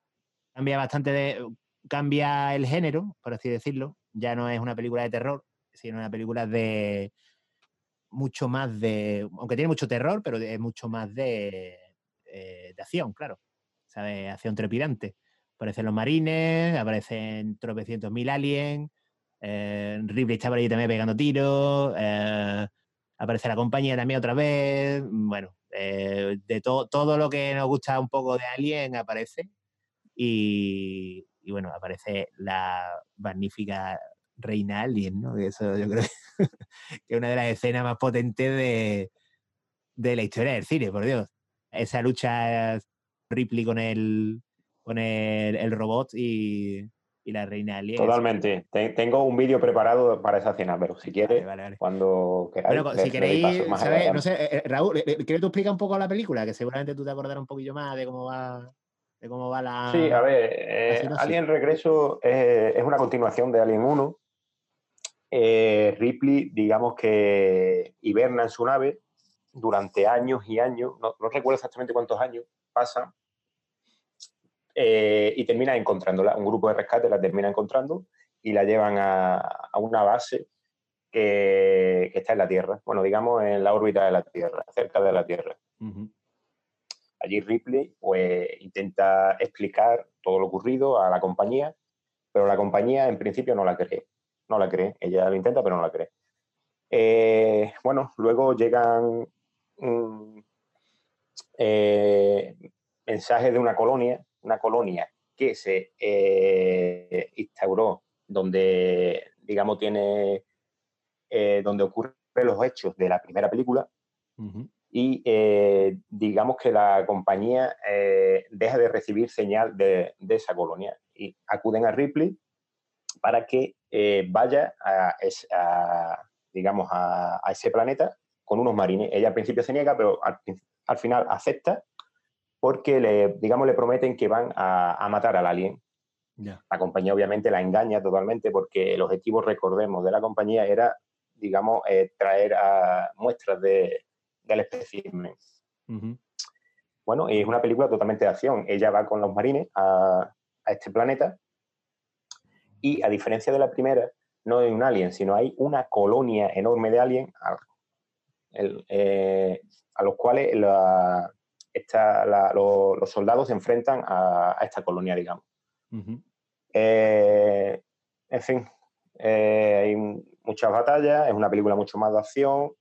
Cambia el género, por así decirlo. Ya no es una película de terror, sino una película de mucho más de... Aunque tiene mucho terror, pero es mucho más de acción, claro. ¿Sabes? Acción trepidante. Aparecen los marines, aparecen tropecientos mil aliens, Ripley está por allí también pegando tiros, aparece la compañía también otra vez. Bueno, de todo lo que nos gusta un poco de Alien aparece. Y bueno, aparece la magnífica reina Alien, ¿no? Que eso yo creo que es una de las escenas más potentes de la historia del cine, por Dios. Esa lucha Ripley con el robot y la reina Alien. Totalmente. Tengo un vídeo preparado para esa escena, pero si quieres, Vale. cuando queráis, Bueno, si le doy paso queréis, más ¿sabes? adelante. No sé, Raúl, ¿quieres tú explicar un poco la película? Que seguramente tú te acordarás un poquillo más de cómo va Sí, a la ver, sinopsis. Alien Regreso es una continuación de Alien 1. Ripley, digamos que hiberna en su nave durante años y años, no recuerdo exactamente cuántos años pasan, y termina encontrándola. Un grupo de rescate la termina encontrando y la llevan a una base que está en la Tierra, bueno, digamos en la órbita de la Tierra, cerca de la Tierra. Allí Ripley pues intenta explicar todo lo ocurrido a la compañía, pero la compañía en principio no la cree. Ella lo intenta, pero no la cree. Bueno, luego llegan mensajes de una colonia que se instauró donde, digamos, donde ocurren los hechos de la primera película. Y digamos que la compañía deja de recibir señal de esa colonia y acuden a Ripley para que vaya digamos, a ese planeta con unos marines. Ella al principio se niega, pero al final acepta porque digamos, le prometen que van a matar al alien. Yeah. La compañía obviamente la engaña totalmente porque el objetivo, recordemos, de la compañía era, digamos, traer muestras del espécimen. Bueno, y es una película totalmente de acción. Ella va con los marines a este planeta y, a diferencia de la primera, no hay un alien, sino hay una colonia enorme de aliens a los cuales los soldados se enfrentan a esta colonia, digamos. En fin, hay muchas batallas, es una película mucho más de acción.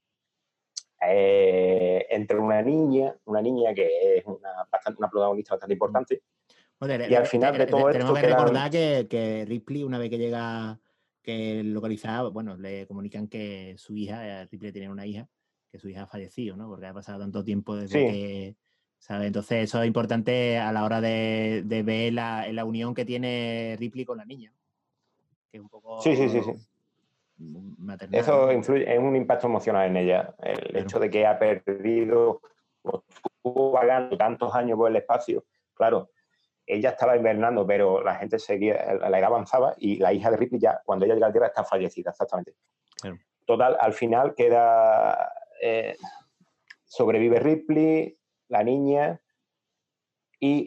Entre una niña que es una protagonista bastante importante. Bueno, y al final de todo tenemos esto que quedan... recordar que Ripley, una vez que llega, que localizada, bueno, le comunican que su hija, Ripley tiene una hija, que su hija ha fallecido, ¿no? Porque ha pasado tanto tiempo desde que, ¿sabes? Entonces eso es importante a la hora de ver la unión que tiene Ripley con la niña, que es un poco Sí. maternal. Eso ¿no? influye, es un impacto emocional en ella. El hecho de que ha perdido, estuvo vagando tantos años por el espacio, claro, ella estaba invernando, pero la gente seguía, la edad avanzaba y la hija de Ripley ya, cuando ella llega a la Tierra, está fallecida, exactamente. Claro. Total, al final queda... sobrevive Ripley, la niña y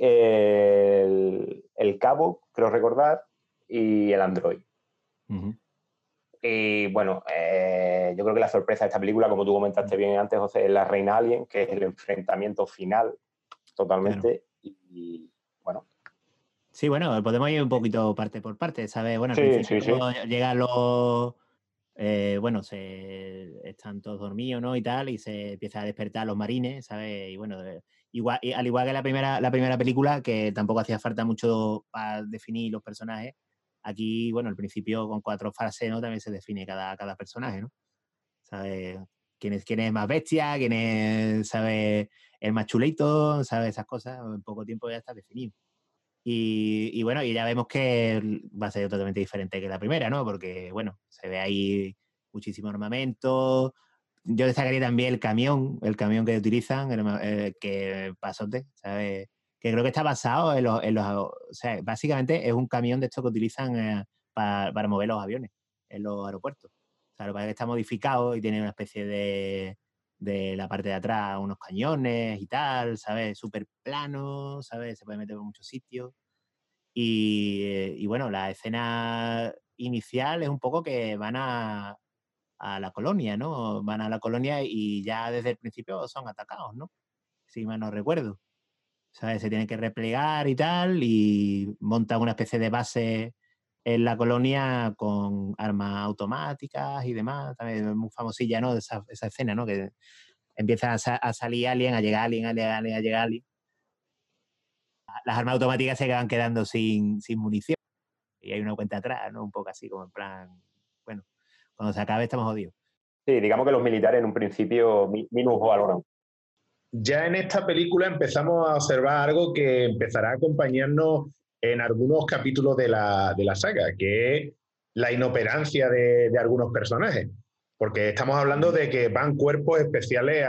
el cabo, creo recordar, y el android. Y bueno, yo creo que la sorpresa de esta película, como tú comentaste bien antes, José, es la reina alien, que es el enfrentamiento final totalmente. Claro. Y bueno. Sí, bueno, podemos ir un poquito parte por parte, ¿sabes? Bueno, al Sí. principio llegan los... bueno, están todos dormidos, ¿no? Y tal, y se empieza a despertar los marines, ¿sabes? Y bueno, al igual que la primera película, que tampoco hacía falta mucho para definir los personajes, aquí, bueno, al principio con 4 fases, ¿no? También se define cada personaje, ¿no? ¿Sabes? ¿Quién es más bestia? ¿Quién es, sabe, el más chulito? ¿Sabes? Esas cosas, en poco tiempo ya está definido. Y bueno, y ya vemos que va a ser totalmente diferente que la primera, ¿no? Porque, bueno, se ve ahí muchísimo armamento. Yo destacaría también el camión que utilizan, que pasote, ¿sabes? que creo que está basado o sea, básicamente es un camión de estos que utilizan para mover los aviones en los aeropuertos. O sea, lo que pasa es que está modificado y tiene una especie de la parte de atrás unos cañones y tal, ¿sabes? Súper plano, ¿sabes? Se puede meter en muchos sitios. Y bueno, la escena inicial es un poco que van a la colonia, ¿no? Van a la colonia y ya desde el principio son atacados, ¿no? Si mal no recuerdo. ¿Sabes? Se tienen que replegar y tal, y montan una especie de base en la colonia con armas automáticas y demás. También es muy famosilla, ¿no? Esa escena, ¿no? Que empieza a salir alien, a llegar alien, a llegar alien. Las armas automáticas se van quedando sin munición. Y hay una cuenta atrás, ¿no? Un poco así, como en plan, bueno, cuando se acabe estamos jodidos. Sí, digamos que los militares en un principio minus valoran. Ya en esta película empezamos a observar algo que empezará a acompañarnos en algunos capítulos de la saga, que es la inoperancia de algunos personajes. Porque estamos hablando de que van cuerpos especiales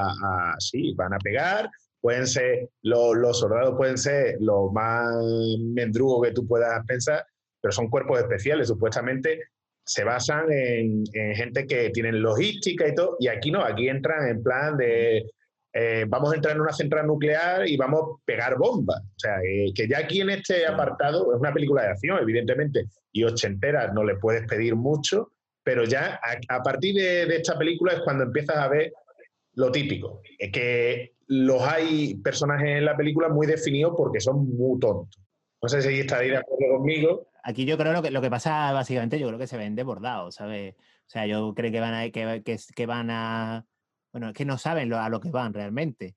sí, van a pegar, pueden ser, los soldados pueden ser los más mendrugos que tú puedas pensar, pero son cuerpos especiales, supuestamente se basan en gente que tienen logística y todo, y aquí no, aquí entran en plan de vamos a entrar en una central nuclear y vamos a pegar bombas. O sea, que ya aquí en este apartado es una película de acción, evidentemente, y ochentera no le puedes pedir mucho, pero ya a partir de esta película es cuando empiezas a ver lo típico, es que hay personajes en la película muy definidos porque son muy tontos. No sé si estaréis de acuerdo conmigo. Aquí yo creo lo que pasa básicamente, yo creo que se ven desbordados, ¿sabes? O sea, yo creo que van a bueno, es que no saben a lo que van realmente.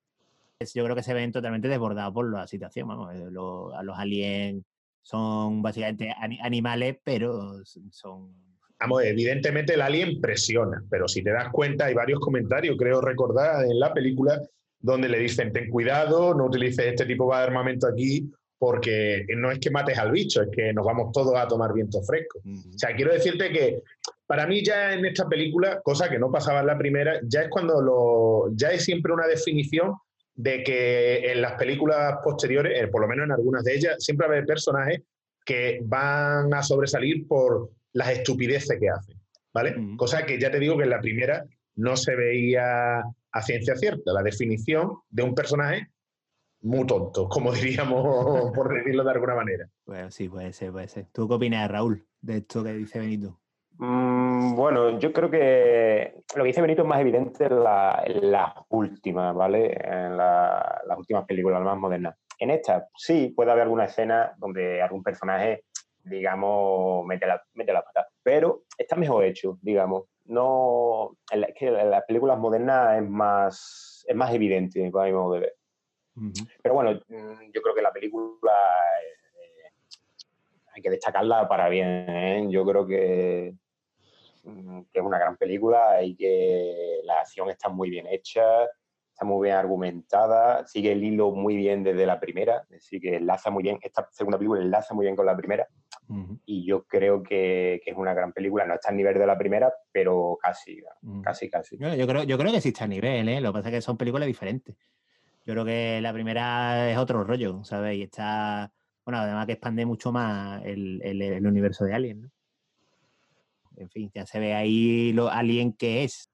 Yo creo que se ven totalmente desbordados por la situación, vamos. A los aliens son básicamente animales, pero son... Vamos, evidentemente el alien presiona, pero si te das cuenta hay varios comentarios, creo recordar, en la película donde le dicen ten cuidado, no utilices este tipo de armamento aquí porque no es que mates al bicho, es que nos vamos todos a tomar viento fresco. O sea, quiero decirte que para mí ya en esta película, cosa que no pasaba en la primera, ya es cuando ya hay siempre una definición de que en las películas posteriores, por lo menos en algunas de ellas, siempre va a haber personajes que van a sobresalir por las estupideces que hacen, ¿vale? Cosa que ya te digo que en la primera no se veía a ciencia cierta, la definición de un personaje muy tonto, como diríamos, por decirlo de alguna manera. Bueno, sí, puede ser. ¿Tú qué opinas, Raúl, de esto que dice Benito? Bueno, yo creo que lo que dice Benito es más evidente en las últimas, ¿vale? En las últimas películas, las más modernas. En esta, sí, puede haber alguna escena donde algún personaje, digamos, mete la pata, pero está mejor hecho, digamos. No, es que en las películas modernas es más evidente, para mi modo de ver. Pero bueno, yo creo que la película hay que destacarla para bien, ¿eh? Yo creo que es una gran película y que la acción está muy bien hecha, está muy bien argumentada, sigue el hilo muy bien desde la primera, es decir, que enlaza muy bien, esta segunda película enlaza muy bien con la primera, y yo creo que es una gran película, no está al nivel de la primera, pero casi. Yo creo que sí está a nivel, ¿eh? Lo que pasa es que son películas diferentes. Yo creo que la primera es otro rollo, ¿sabes? Y está, bueno, además que expande mucho más el universo de Alien, ¿no? En fin, ya se ve ahí lo Alien que es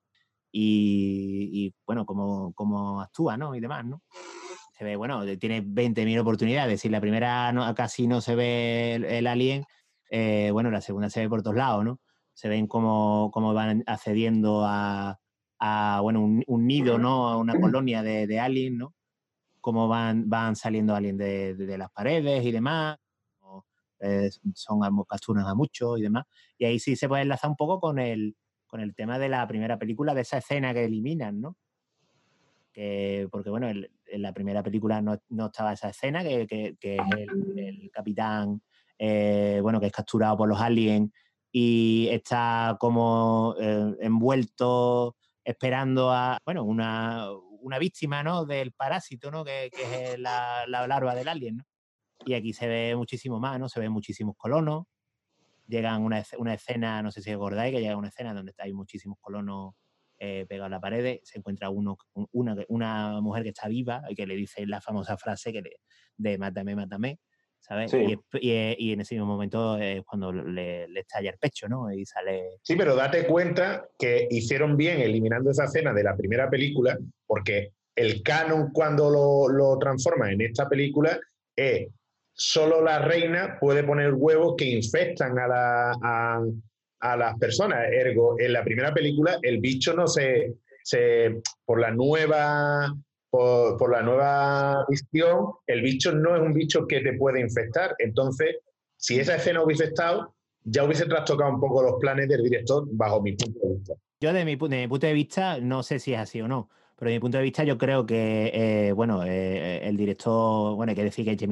y bueno, cómo actúa, ¿no? Y demás, ¿no? Se ve, bueno, tiene 20.000 oportunidades. Si la primera casi no se ve el Alien, bueno, la segunda se ve por todos lados, ¿no? Se ven cómo van accediendo a bueno, un nido, ¿no? A una colonia de Alien, ¿no? Cómo van saliendo aliens de las paredes y demás. Capturan a muchos y demás. Y ahí sí se puede enlazar un poco con el tema de la primera película, de esa escena que eliminan, ¿no? Porque, bueno, en la primera película no estaba esa escena, que es el capitán, bueno, que es capturado por los aliens y está como envuelto esperando a, bueno, una víctima, ¿no? Del parásito, ¿no? Que es la larva del alien, ¿no? Y aquí se ve muchísimo más, ¿no? Se ven muchísimos colonos. Llegan una escena, no sé si acordáis, que llega una escena donde hay muchísimos colonos pegado a la pared, se encuentra una mujer que está viva y que le dice la famosa frase de mátame, mátame, ¿sabes? Sí. Y en ese mismo momento es cuando le estalla el pecho, ¿no? Y sale... Sí, pero date cuenta que hicieron bien eliminando esa escena de la primera película, porque el canon cuando lo transforma en esta película es solo la reina puede poner huevos que infectan a las personas. Ergo, en la primera película el bicho no por la nueva visión, el bicho no es un bicho que te puede infectar. Entonces, si esa escena hubiese estado, ya hubiese trastocado un poco los planes del director bajo mi punto de vista. Yo de mi punto de vista, no sé si es así o no, pero de mi punto de vista yo creo que, el director, bueno, hay que decir que es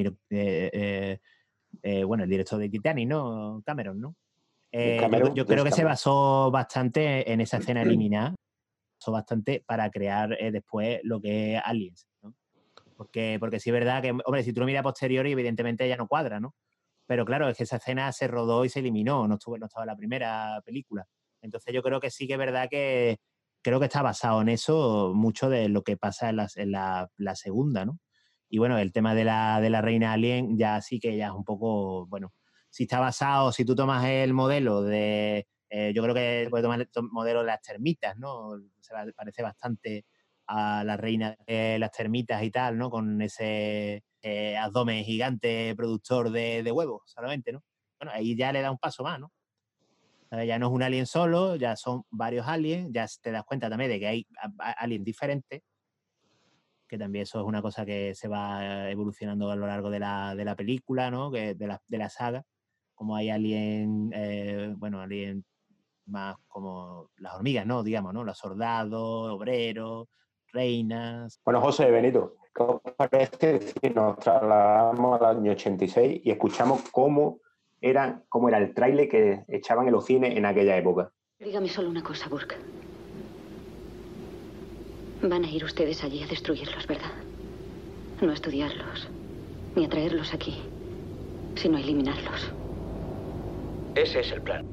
el director de Titanic, ¿no? Cameron, ¿no? Yo creo que se basó bastante en esa escena eliminada, bastante para crear después lo que es Aliens, ¿no? Porque sí es verdad que, hombre, si tú lo miras a posteriori, evidentemente ya no cuadra, ¿no? Pero claro, es que esa escena se rodó y se eliminó, no estaba en la primera película. Entonces yo creo que sí que es verdad que creo que está basado en eso mucho de lo que pasa en la segunda, ¿no? Y bueno, el tema de la reina alien ya sí que ya es un poco, bueno, si está basado, si tú tomas el modelo de, yo creo que puedes tomar el modelo de las termitas, ¿no? Se parece bastante a la reina de las termitas y tal, ¿no? Con ese abdomen gigante productor de huevos, solamente, ¿no? Bueno, ahí ya le da un paso más, ¿no? Ya no es un alien solo, ya son varios aliens, ya te das cuenta también de que hay aliens diferentes, que también eso es una cosa que se va evolucionando a lo largo de la película, ¿no? Que de la saga, como hay alien, alien más como las hormigas, ¿no? Digamos, ¿no? Los soldados, obreros, reinas. Bueno, José Benito, ¿qué os parece si nos trasladamos al año 86 y escuchamos cómo era el tráiler que echaban en los cines en aquella época? Dígame solo una cosa, Burke. Van a ir ustedes allí a destruirlos, ¿verdad? No a estudiarlos, ni a traerlos aquí, sino a eliminarlos. Ese es el plan.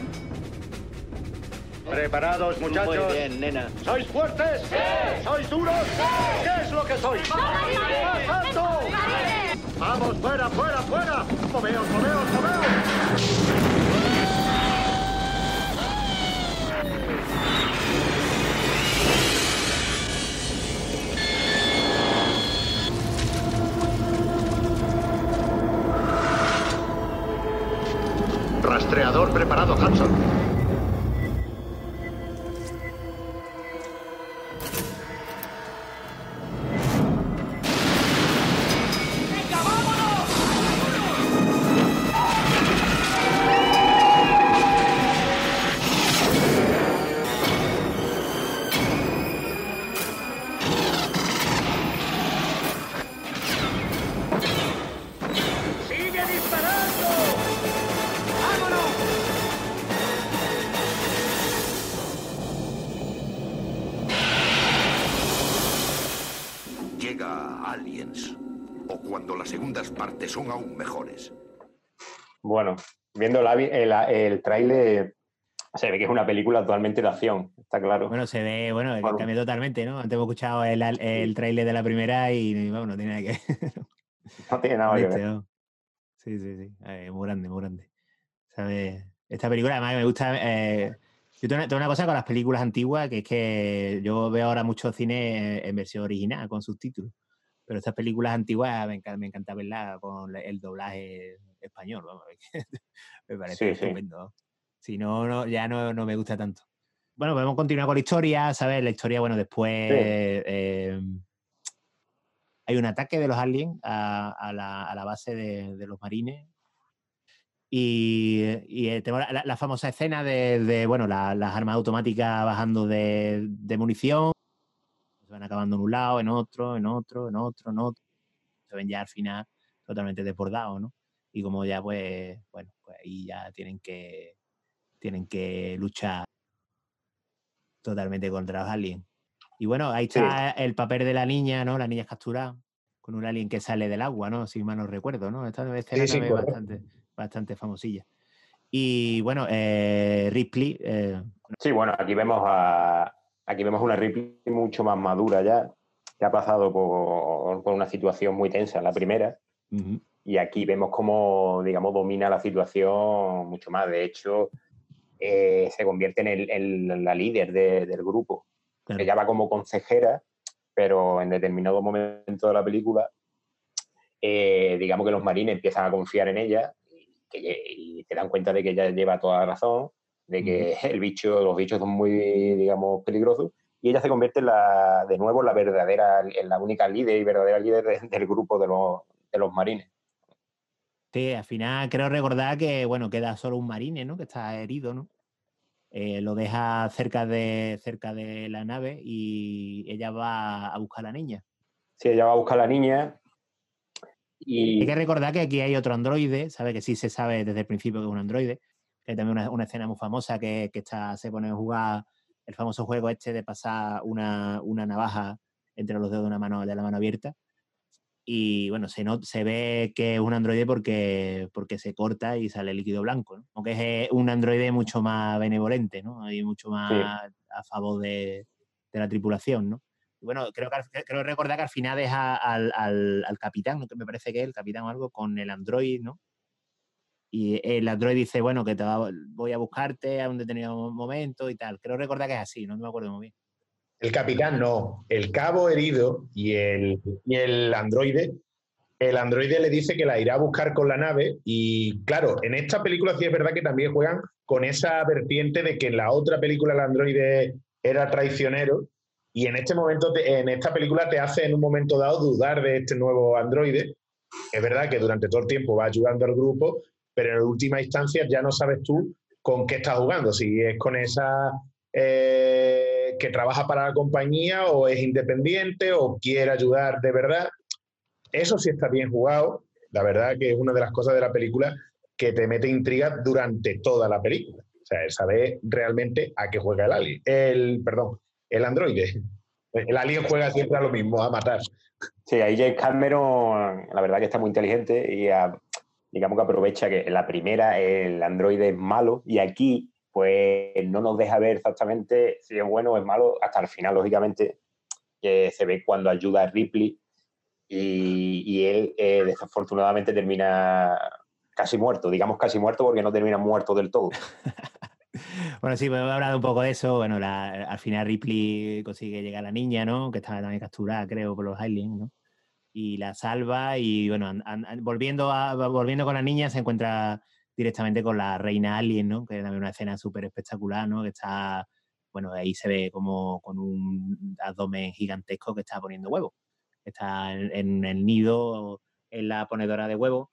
¿Preparados, muchachos? Muy bien, nena. ¿Sois fuertes? ¡Sí! ¿Sois duros? ¡Sí! ¿Qué es lo que sois? ¡Más alto! ¡Vamos, fuera, fuera, fuera! ¡Moveos, moveos, moveos! Rastreador preparado, Hudson. Aliens, o cuando las segundas partes son aún mejores. Bueno, viendo el tráiler, se ve que es una película actualmente de acción, está claro. Bueno, se ve, cambia totalmente, ¿no? Antes hemos escuchado el tráiler de la primera y vamos, no tiene nada que ver. No tiene nada que ver. ¿no? Sí. Muy grande, muy grande. ¿Sabes? Esta película, además, me gusta. Yo tengo una cosa con las películas antiguas, que es que yo veo ahora mucho cine en versión original, con subtítulos. Pero estas películas antiguas me encanta verlas con el doblaje español, vamos, me parece estupendo. Si no, ya no me gusta tanto. Bueno, podemos continuar con la historia, ¿sabes? La historia, bueno, después hay un ataque de los aliens a la base de los marines. Y tenemos la famosa escena de las armas automáticas bajando de munición. Se van acabando en un lado, en otro. Se ven ya al final totalmente desbordados, ¿no? Y como ya, pues ahí ya tienen que luchar totalmente contra los aliens. Y bueno, ahí está el papel de la niña, ¿no? La niña es capturada con un alien que sale del agua, ¿no? Si mal no recuerdo, ¿no? Esta escena también bastante famosilla. Y bueno, Ripley... Sí, bueno, aquí vemos a Aquí vemos una Ripley mucho más madura ya, que ha pasado por una situación muy tensa en la primera. Ujú. Y aquí vemos cómo, digamos, domina la situación mucho más. De hecho, se convierte en la líder del grupo. Claro. Ella va como consejera, pero en determinado momento de la película, digamos que los marines empiezan a confiar en ella y se dan cuenta de que ella lleva toda la razón, de que los bichos son muy, digamos, peligrosos, y ella se convierte de nuevo en la única líder y verdadera líder del grupo de los marines. Sí, al final creo recordar que, bueno, queda solo un marine, ¿no? Que está herido, ¿no? Lo deja cerca de la nave y ella va a buscar a la niña. Sí, ella va a buscar a la niña y... Hay que recordar que aquí hay otro androide, ¿sabe? Que sí se sabe desde el principio que es un androide. Que hay también una escena muy famosa que se pone a jugar el famoso juego este de pasar una navaja entre los dedos de la mano abierta. Y bueno, se ve que es un androide porque se corta y sale líquido blanco, ¿no? Aunque es un androide mucho más benevolente, ¿no? Y mucho más a favor de la tripulación, ¿no? Y bueno, creo recordar que al final deja al capitán, ¿no? Que me parece que es el capitán o algo, con el androide, ¿no? Y el androide dice, bueno, que voy a buscarte a un determinado momento y tal. Creo recordar que es así, no me acuerdo muy bien. El capitán no, el cabo herido y el androide. El androide le dice que la irá a buscar con la nave y, claro, en esta película sí es verdad que también juegan con esa vertiente de que en la otra película el androide era traicionero y en este momento, en esta película te hace en un momento dado dudar de este nuevo androide. Es verdad que durante todo el tiempo va ayudando al grupo, pero en última instancia ya no sabes tú con qué estás jugando, si es con esa... que trabaja para la compañía o es independiente o quiere ayudar de verdad. Eso sí está bien jugado. La verdad que es una de las cosas de la película que te mete intriga durante toda la película. O sea, saber realmente a qué juega el alien. El androide. El alien juega siempre a lo mismo, a matar. Sí, ahí James Cameron, la verdad que está muy inteligente y digamos que aprovecha que en la primera el androide es malo y aquí pues no nos deja ver exactamente si es bueno o es malo hasta el final, lógicamente, que se ve cuando ayuda a Ripley y él desafortunadamente termina casi muerto, digamos casi muerto porque no termina muerto del todo. Bueno, sí, pues hemos hablado un poco de eso. Bueno, al final Ripley consigue llegar a la niña, ¿no? Que estaba también capturada, creo, por los aliens, ¿no? Y la salva y, bueno, volviendo con la niña se encuentra directamente con la reina alien, ¿no? Que es también una escena súper espectacular, ¿no? Que está, bueno, ahí se ve como con un abdomen gigantesco que está poniendo huevos. Está en el nido, en la ponedora de huevos.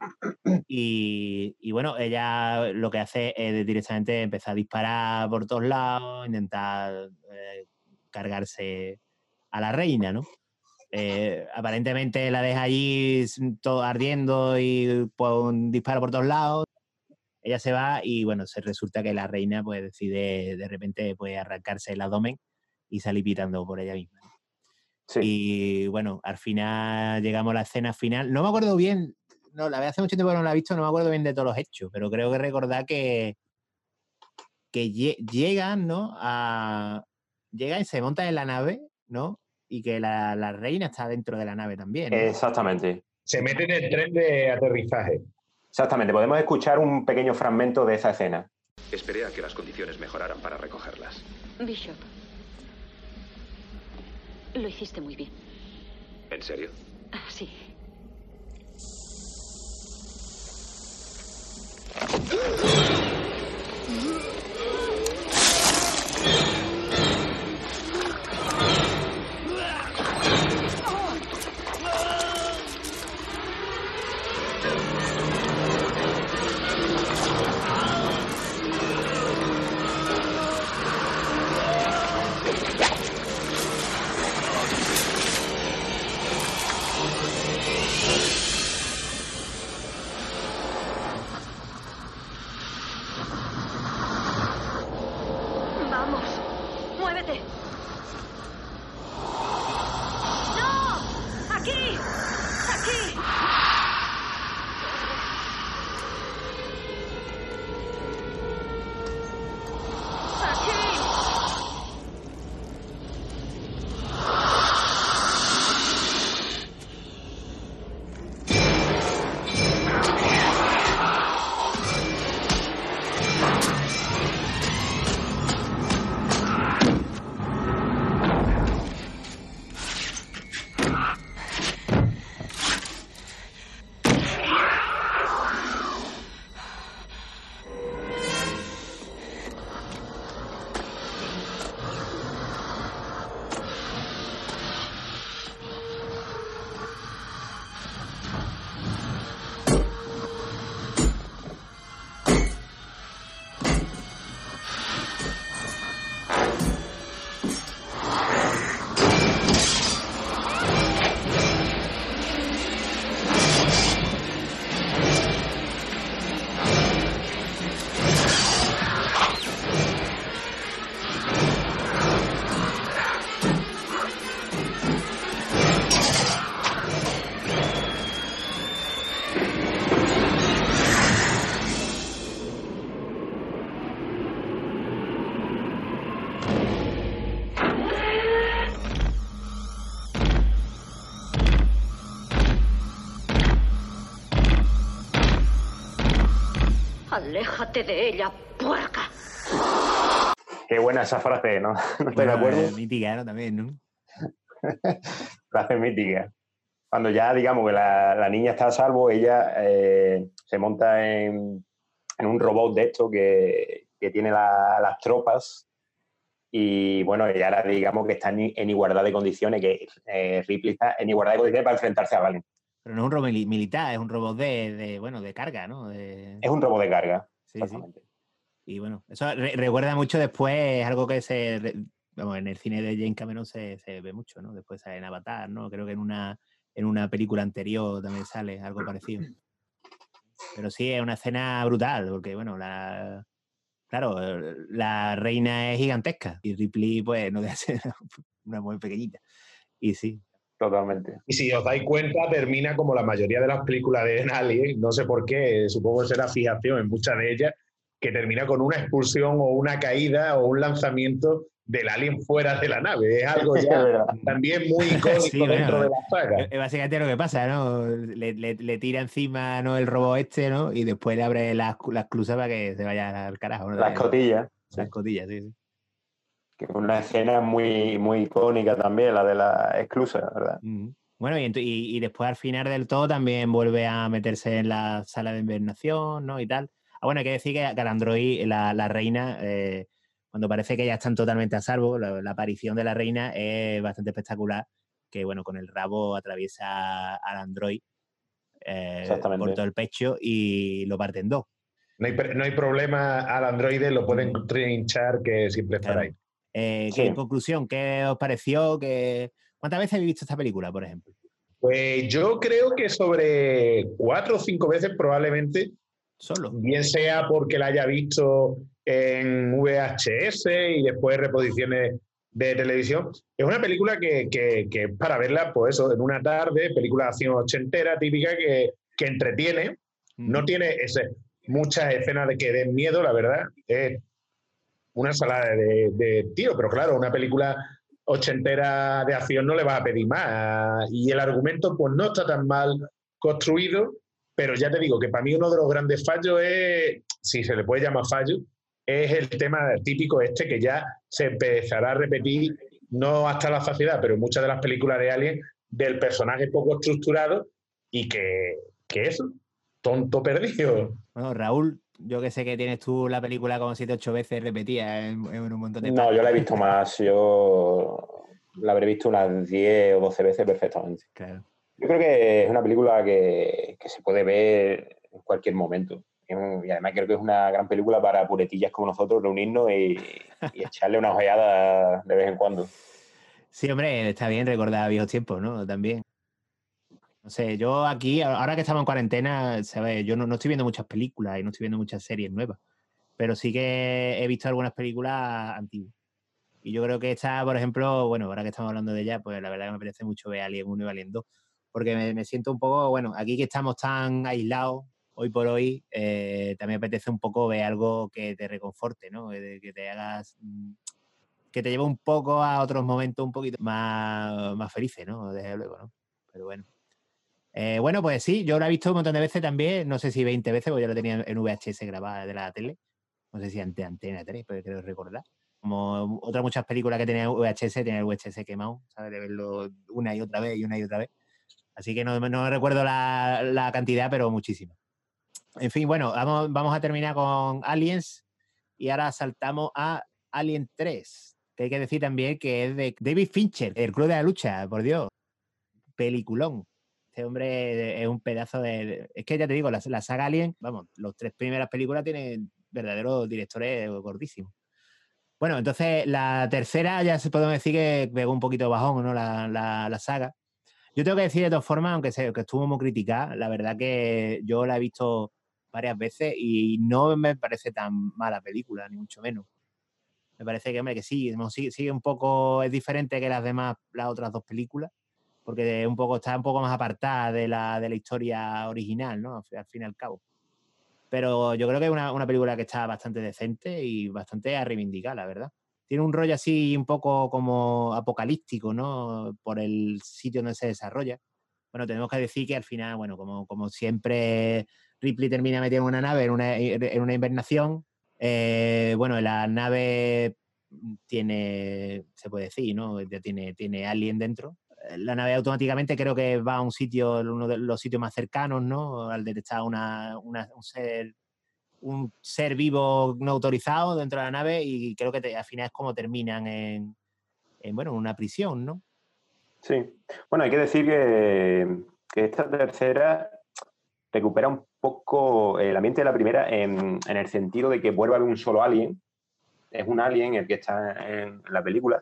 Y bueno, ella lo que hace es directamente empezar a disparar por todos lados, intentar cargarse a la reina, ¿no? Aparentemente la deja allí todo ardiendo y un disparo por todos lados. Ella se va y bueno, resulta que la reina pues decide de repente pues arrancarse el abdomen y salir pitando por ella misma. Sí. Y bueno, al final llegamos a la escena final. No me acuerdo bien, no, la verdad hace mucho tiempo que no la he visto, no me acuerdo bien de todos los hechos, pero creo que recordar que llegan, ¿no? Llegan y se montan en la nave, ¿no? Y que la reina está dentro de la nave también, ¿no? Exactamente. Se mete en el tren de aterrizaje. Exactamente. Podemos escuchar un pequeño fragmento de esa escena. Esperé a que las condiciones mejoraran para recogerlas. Bishop, lo hiciste muy bien. ¿En serio? Sí. Aléjate de ella, puerca. Qué buena esa frase, ¿no? ¿No estoy de acuerdo? Mítica, ¿no? También, ¿no? Frase mítica. Cuando ya, digamos, que la niña está a salvo, ella se monta en un robot de esto que tiene las tropas y, bueno, ella ahora, digamos, que está en igualdad de condiciones, que Ripley está en igualdad de condiciones para enfrentarse a Valen. Pero no es un robot militar, es un robot de carga, ¿no? Es un robot de carga, sí, exactamente. Sí. Y bueno, eso recuerda mucho después, es algo que vamos, en el cine de James Cameron se ve mucho, ¿no? Después sale en Avatar, ¿no? Creo que en una película anterior también sale algo parecido. Pero sí, es una escena brutal, porque bueno, claro, la reina es gigantesca y Ripley pues no debe ser una mujer pequeñita. Y sí. Totalmente. Y si os dais cuenta, termina como la mayoría de las películas de Alien, no sé por qué, supongo que será fijación en muchas de ellas, que termina con una expulsión o una caída o un lanzamiento del alien fuera de la nave. Es algo ya también muy icónico sí, dentro de la saga. Es básicamente lo que pasa, ¿no? Le tira encima, ¿no?, el robot este, ¿no? Y después le abre las esclusas para que se vaya al carajo, ¿no? La escotilla. La escotilla, sí. Que es una escena muy, muy icónica también, la de la esclusa, ¿verdad? Bueno, y después al final del todo también vuelve a meterse en la sala de invernación, ¿no? Y tal. Bueno, hay que decir que al android, la reina, cuando parece que ya están totalmente a salvo, la aparición de la reina es bastante espectacular, que bueno, con el rabo atraviesa al android por todo el pecho y lo parte en dos. No hay problema al androide, lo pueden trinchar, que siempre estará ahí. En conclusión, ¿qué os pareció? ¿Cuántas veces habéis visto esta película, por ejemplo? Pues yo creo que sobre 4 o 5 veces probablemente. ¿Solo? Bien sea porque la haya visto en VHS y después reposiciones de televisión. Es una película que es para verla, pues eso, en una tarde, película de acción ochentera típica que entretiene. No tiene muchas escenas de que den miedo, la verdad. Es una ensalada de tiro, pero claro, una película ochentera de acción no le vas a pedir más. Y el argumento pues no está tan mal construido, pero ya te digo que para mí uno de los grandes fallos es, si se le puede llamar fallo, es el tema típico este que ya se empezará a repetir, no hasta la saciedad, pero en muchas de las películas de Alien, del personaje poco estructurado y que eso, tonto perdido. Bueno, Raúl, yo que sé que tienes tú la película como 7 o 8 veces repetida en un montón de No, yo la he visto más. Yo la habré visto unas 10 o 12 veces perfectamente. Claro. Yo creo que es una película que se puede ver en cualquier momento. Y además creo que es una gran película para puretillas como nosotros reunirnos y echarle una ojeada de vez en cuando. Sí, hombre, está bien recordar viejos tiempos, ¿no? También. No sé, yo aquí, ahora que estamos en cuarentena, ¿sabes? Yo no estoy viendo muchas películas y no estoy viendo muchas series nuevas, pero sí que he visto algunas películas antiguas. Y yo creo que esta, por ejemplo, bueno, ahora que estamos hablando de ella, pues la verdad que me apetece mucho ver Alien 1 y Alien 2, porque me siento un poco, bueno, aquí que estamos tan aislados hoy por hoy, también apetece un poco ver algo que te reconforte, ¿no? Que te hagas, que te lleve un poco a otros momentos un poquito más felices, ¿no? Desde luego, ¿no? Pero bueno. Bueno, pues sí, yo la he visto un montón de veces también, no sé si 20 veces, porque yo la tenía en VHS grabada de la tele, no sé si Antena 3, pero creo recordar. Como otras muchas películas que tenía en VHS, tenía el VHS quemado, ¿sabes? De verlo una y otra vez y una y otra vez. Así que no recuerdo la cantidad, pero muchísima. En fin, bueno, vamos a terminar con Aliens y ahora saltamos a Alien 3, que hay que decir también que es de David Fincher, el Club de la Lucha, por Dios. Peliculón. Este hombre es un pedazo de... Es que ya te digo, la saga Alien, vamos, los 3 primeras películas tienen verdaderos directores gordísimos. Bueno, entonces la tercera ya se podemos decir que pegó un poquito bajón, ¿no? La saga. Yo tengo que decir de todas formas, aunque estuvo muy criticada, la verdad que yo la he visto varias veces y no me parece tan mala película, ni mucho menos. Me parece que, hombre, que sí, sigue un poco, es diferente que las otras 2 películas, porque está un poco más apartada de la historia original, ¿no? Al fin y al cabo. Pero yo creo que es una película que está bastante decente y bastante a reivindicar, la verdad. Tiene un rollo así un poco como apocalíptico, ¿no? Por el sitio donde se desarrolla. Bueno, tenemos que decir que al final, bueno, como siempre, Ripley termina metida en una nave, en una invernación. Bueno, la nave tiene, se puede decir, ¿no? Ya tiene alien dentro. La nave automáticamente creo que va a un sitio, uno de los sitios más cercanos, ¿no? Al detectar un ser vivo no autorizado dentro de la nave, y creo que al final es como terminan en una prisión, ¿no? Sí. Bueno, hay que decir que esta tercera recupera un poco el ambiente de la primera en el sentido de que vuelve a haber un solo alien. Es un alien el que está en la película.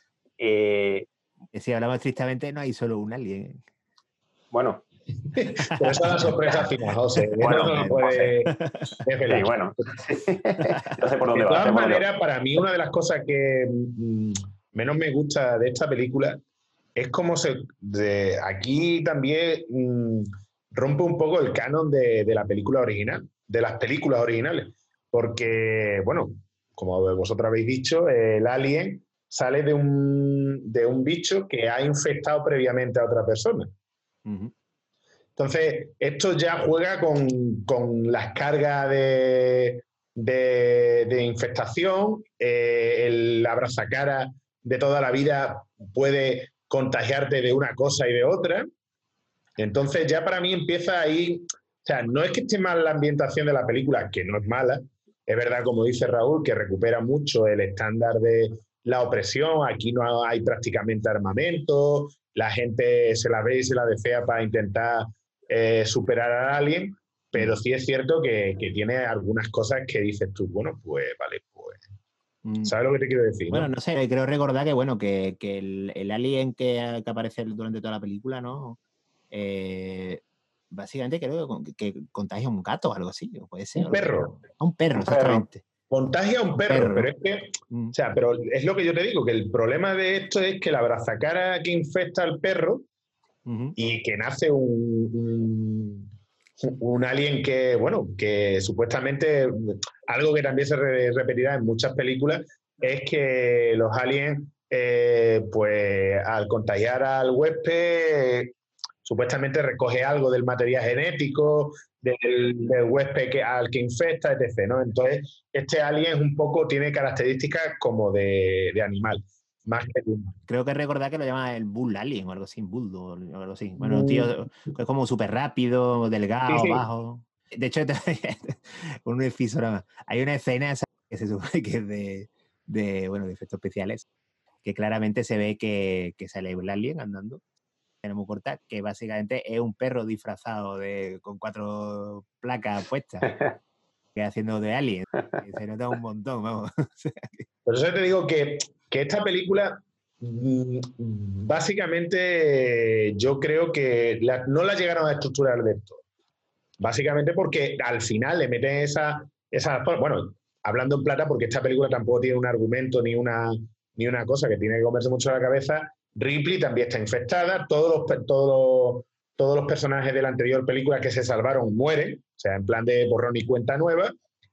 Si hablamos estrictamente, no hay solo un alien. Bueno. Pero esa es la sorpresa final, José. Bueno, no puede... Sí, bueno. No sé por dónde de va. todas maneras, para mí una de las cosas que menos me gusta de esta película es cómo aquí también rompe un poco el canon de la película original, de las películas originales. Porque, bueno, como vosotros habéis dicho, el alien sale de un bicho que ha infectado previamente a otra persona. Uh-huh. Entonces, esto ya juega con las cargas de infestación. El abrazacara de toda la vida puede contagiarte de una cosa y de otra. Entonces, ya para mí empieza ahí... O sea, no es que esté mal la ambientación de la película, que no es mala. Es verdad, como dice Raúl, que recupera mucho el estándar de la opresión. Aquí no hay prácticamente armamento. La gente se la ve y se la desea para intentar superar a alguien, pero sí es cierto que tiene algunas cosas que dices tú, bueno, pues vale, pues... ¿Sabes lo que te quiero decir? Bueno, no sé, creo recordar que, bueno, que el alien que aparece durante toda la película, ¿no? Básicamente creo que contagia a un gato o algo así, o puede ser. Un perro. A un perro, exactamente. Contagia a un perro, pero es que... O sea, pero es lo que yo te digo, que el problema de esto es que la abrazacara que infecta al perro y que nace un alien que, bueno, que supuestamente, algo que también se repetirá en muchas películas, es que los aliens, pues al contagiar al huésped, supuestamente recoge algo del material genético del huésped al que infecta, etc., ¿no? Entonces, este alien un poco tiene características como de animal. Más que creo que recordar que lo llama el Bull Alien o algo así, Bulldog o algo así. Bueno, un tío es como súper rápido, delgado, sí. bajo. De hecho, un episodio más. Hay una escena que se supone que es de efectos especiales, que claramente se ve que sale un alien andando, muy corta, que básicamente es un perro disfrazado con 4 placas puestas, que haciendo de alien. Se nota un montón, vamos. Por eso te digo que esta película, básicamente, yo creo que no la llegaron a estructurar del todo. Básicamente porque al final le meten esa bueno, hablando en plata, porque esta película tampoco tiene un argumento ni una cosa que tiene que comerse mucho la cabeza. Ripley también está infectada, todos los personajes de la anterior película que se salvaron mueren, o sea, en plan de borrón y cuenta nueva.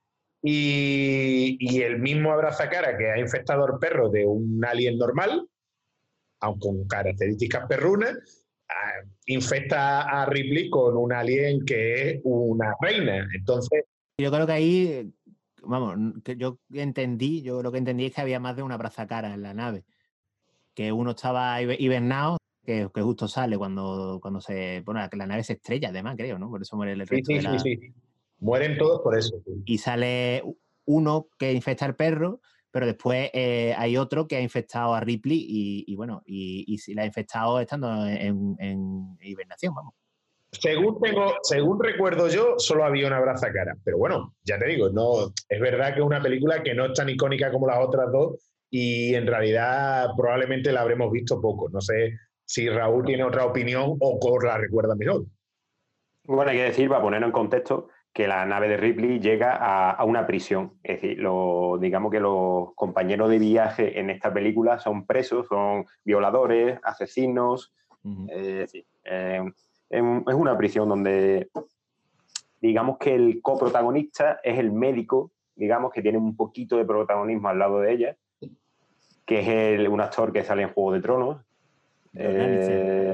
Y el mismo abrazacara que ha infectado al perro de un alien normal, aunque con características perrunas, infecta a Ripley con un alien que es una reina. Entonces, yo creo que ahí, vamos, que yo lo que entendí es que había más de una abrazacara en la nave, que uno estaba hibernado, que justo sale cuando se... Bueno, que la nave se estrella, además, creo, ¿no? Por eso muere el resto de la... Sí. Mueren todos por eso. Sí. Y sale uno que infecta al perro, pero después hay otro que ha infectado a Ripley y la ha infectado estando en hibernación, vamos. Según recuerdo yo, solo había una abrazacara. Pero bueno, ya te digo, no, es verdad que es una película que no es tan icónica como las otras dos y en realidad probablemente la habremos visto poco. No sé si Raúl tiene otra opinión o la recuerda mejor. Bueno, hay que decir, para ponerlo en contexto, que la nave de Ripley llega a una prisión. Es decir, digamos que los compañeros de viaje en esta película son presos, son violadores, asesinos. Es una prisión donde, digamos que el coprotagonista es el médico, digamos que tiene un poquito de protagonismo al lado de ella, que es un actor que sale en Juego de Tronos.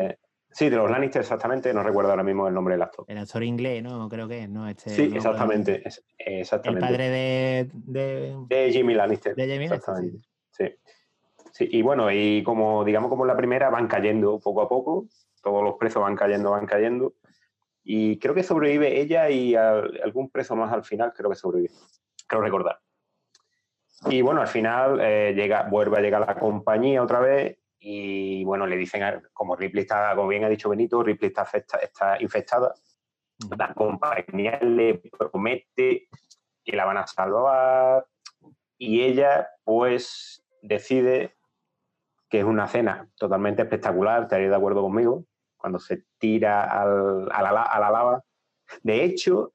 Sí, de los Lannister exactamente, no recuerdo ahora mismo el nombre del actor. El actor inglés, ¿no? Creo que es, ¿no? Sí, No, exactamente, el exactamente. padre de Jaime Lannister. De Jaime Lannister, exactamente. Sí. Sí, y bueno, y como digamos como en la primera van cayendo poco a poco, todos los presos van cayendo, y creo que sobrevive ella y algún preso más al final, creo que sobrevive, creo recordar. Y bueno, al final vuelve a llegar la compañía otra vez y bueno, le dicen, como Ripley está, como bien ha dicho Benito, Ripley está infectada, la compañía le promete que la van a salvar y ella pues decide que es una cena totalmente espectacular, estaréis de acuerdo conmigo, cuando se tira a la lava. De hecho,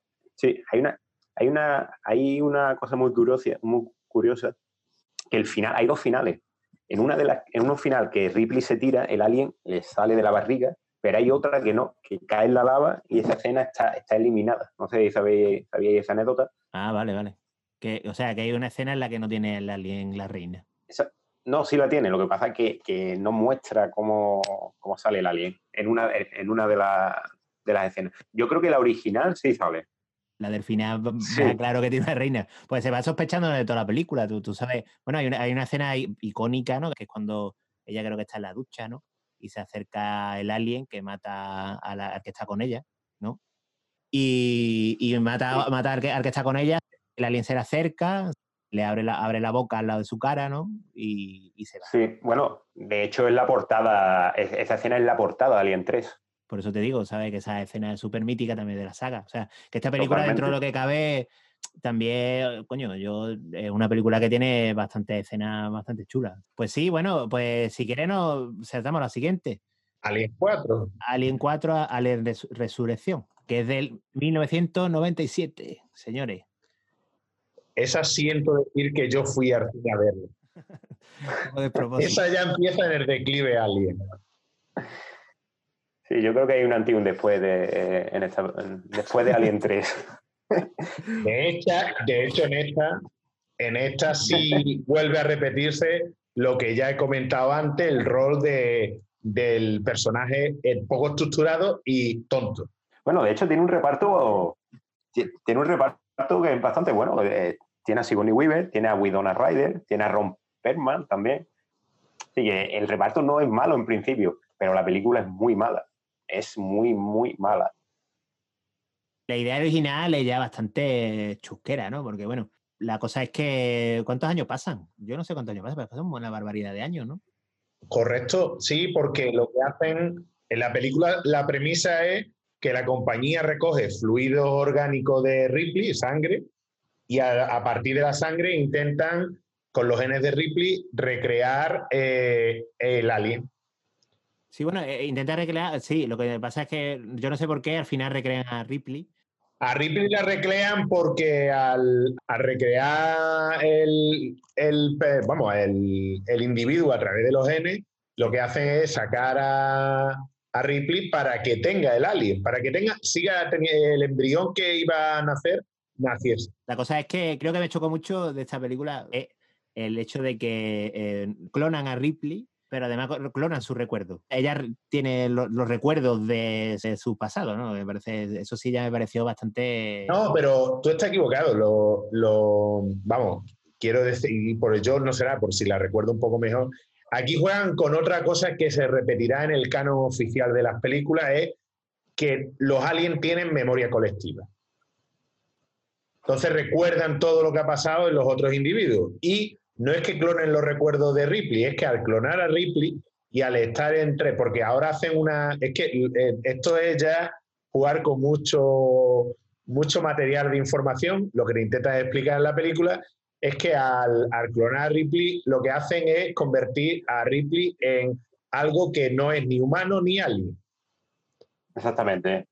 hay una cosa muy curiosa, que el final, hay dos finales. En un final que Ripley se tira, el alien le sale de la barriga, pero hay otra que no, que cae en la lava y esa escena está eliminada. No sé si sabíais esa anécdota. Ah, vale. O sea, que hay una escena en la que no tiene el alien la reina. No, sí la tiene. Lo que pasa es que no muestra cómo sale el alien en una de las escenas. Yo creo que la original sí sale. La del final, sí. Claro que tiene una reina. Pues se va sospechando de toda la película, tú sabes. Bueno, hay una escena icónica, ¿no? Que es cuando ella creo que está en la ducha, ¿no? Y se acerca el alien que mata al que está con ella, ¿no? Y mata al que está con ella. El alien se le acerca, le abre la boca al lado de su cara, ¿no? Y se va. Sí, bueno, de hecho es la portada, esa escena es la portada de Alien 3. Por eso te digo, ¿sabes? Que esa escena es súper mítica también de la saga. O sea, que esta película, Totalmente. dentro de lo que cabe, también, coño, es una película que tiene bastantes escenas bastante chulas. Pues sí, bueno, pues si quieres nos saltamos a la siguiente. Alien 4. Alien 4, Alien Resurrección, que es del 1997, señores. Esa siento decir que yo fui al cine a verlo. Esa ya empieza en el declive Alien. Sí, yo creo que hay un antes y un después después de Alien 3. De hecho, en esta sí vuelve a repetirse lo que ya he comentado antes, el rol del personaje poco estructurado y tonto. Bueno, de hecho tiene un reparto que es bastante bueno. Tiene a Sigourney Weaver, tiene a Winona Ryder, tiene a Ron Perlman también. Así que el reparto no es malo en principio, pero la película es muy mala. Es muy, muy mala. La idea original es ya bastante chusquera, ¿no? Porque, bueno, la cosa es que... ¿Cuántos años pasan? Yo no sé cuántos años pasan, pero pasan una barbaridad de años, ¿no? Correcto, sí, porque lo que hacen en la película, la premisa es que la compañía recoge fluido orgánico de Ripley, sangre, y a partir de la sangre intentan, con los genes de Ripley, recrear el alien. Sí, bueno, intenta recrear, sí, lo que pasa es que yo no sé por qué al final recrean a Ripley. A Ripley la recrean porque al recrear el individuo a través de los genes, lo que hacen es sacar a Ripley para que tenga el alien, para que siga el embrión que iba a nacer, naciese. La cosa es que creo que me chocó mucho de esta película el hecho de que clonan a Ripley, pero además clonan su recuerdo. Ella tiene los recuerdos de su pasado, ¿no? Me parece, eso sí ya me pareció bastante... No, pero tú estás equivocado. Vamos, quiero decir, y por ello no será, por si la recuerdo un poco mejor. Aquí juegan con otra cosa que se repetirá en el canon oficial de las películas, es que los aliens tienen memoria colectiva. Entonces recuerdan todo lo que ha pasado en los otros individuos. Y no es que clonen los recuerdos de Ripley, es que al clonar a Ripley y al estar porque ahora hacen es que esto es ya jugar con mucho material de información. Lo que te intentan explicar en la película es que al clonar a Ripley lo que hacen es convertir a Ripley en algo que no es ni humano ni alien. Exactamente.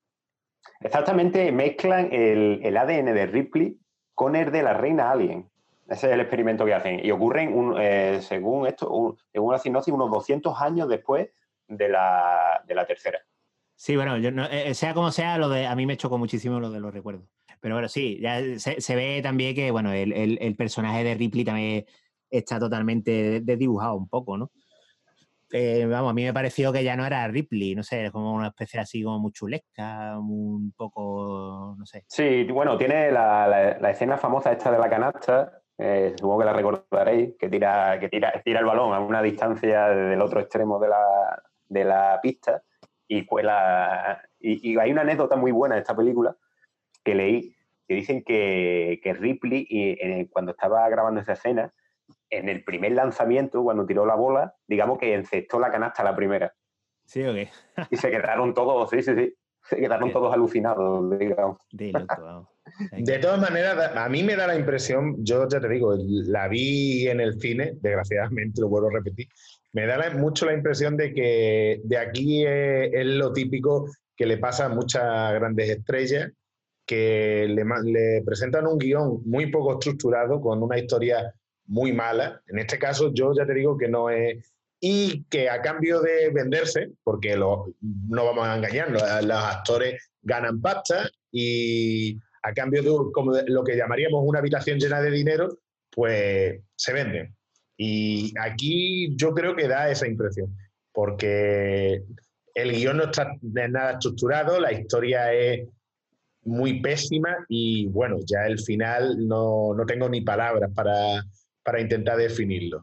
Mezclan el ADN de Ripley con el de la reina alien. Ese es el experimento que hacen. Y ocurren, según la sinopsis, unos 200 años después de la tercera. Sí, bueno, yo no, sea como sea, a mí me chocó muchísimo lo de los recuerdos. Pero bueno, sí, ya se ve también que bueno, el personaje de Ripley también está totalmente desdibujado un poco, ¿no? vamos, a mí me pareció que ya no era Ripley, no sé, es como una especie así como muy chulesca, un poco, no sé. Sí, bueno, tiene la escena famosa esta de la canasta, supongo que la recordaréis, que tira el balón a una distancia desde el otro extremo de la pista y cuela. Y hay una anécdota muy buena de esta película que leí, que dicen que Ripley, cuando estaba grabando esa escena, en el primer lanzamiento, cuando tiró la bola, digamos que encestó la canasta la primera. ¿Sí o qué? Y se quedaron todos, sí. Se quedaron todos alucinados, digamos. De loco, vamos. De todas maneras, a mí me da la impresión, yo ya te digo, la vi en el cine, desgraciadamente, lo vuelvo a repetir, me da mucho la impresión de que de aquí es lo típico que le pasa a muchas grandes estrellas, que le presentan un guión muy poco estructurado, con una historia muy mala. En este caso, yo ya te digo que no es... Y que a cambio de venderse, porque no vamos a engañarnos, los actores ganan pasta y a cambio de lo que llamaríamos una habitación llena de dinero, pues se venden. Y aquí yo creo que da esa impresión, porque el guión no está nada estructurado, la historia es muy pésima y bueno, ya el final no tengo ni palabras para intentar definirlo.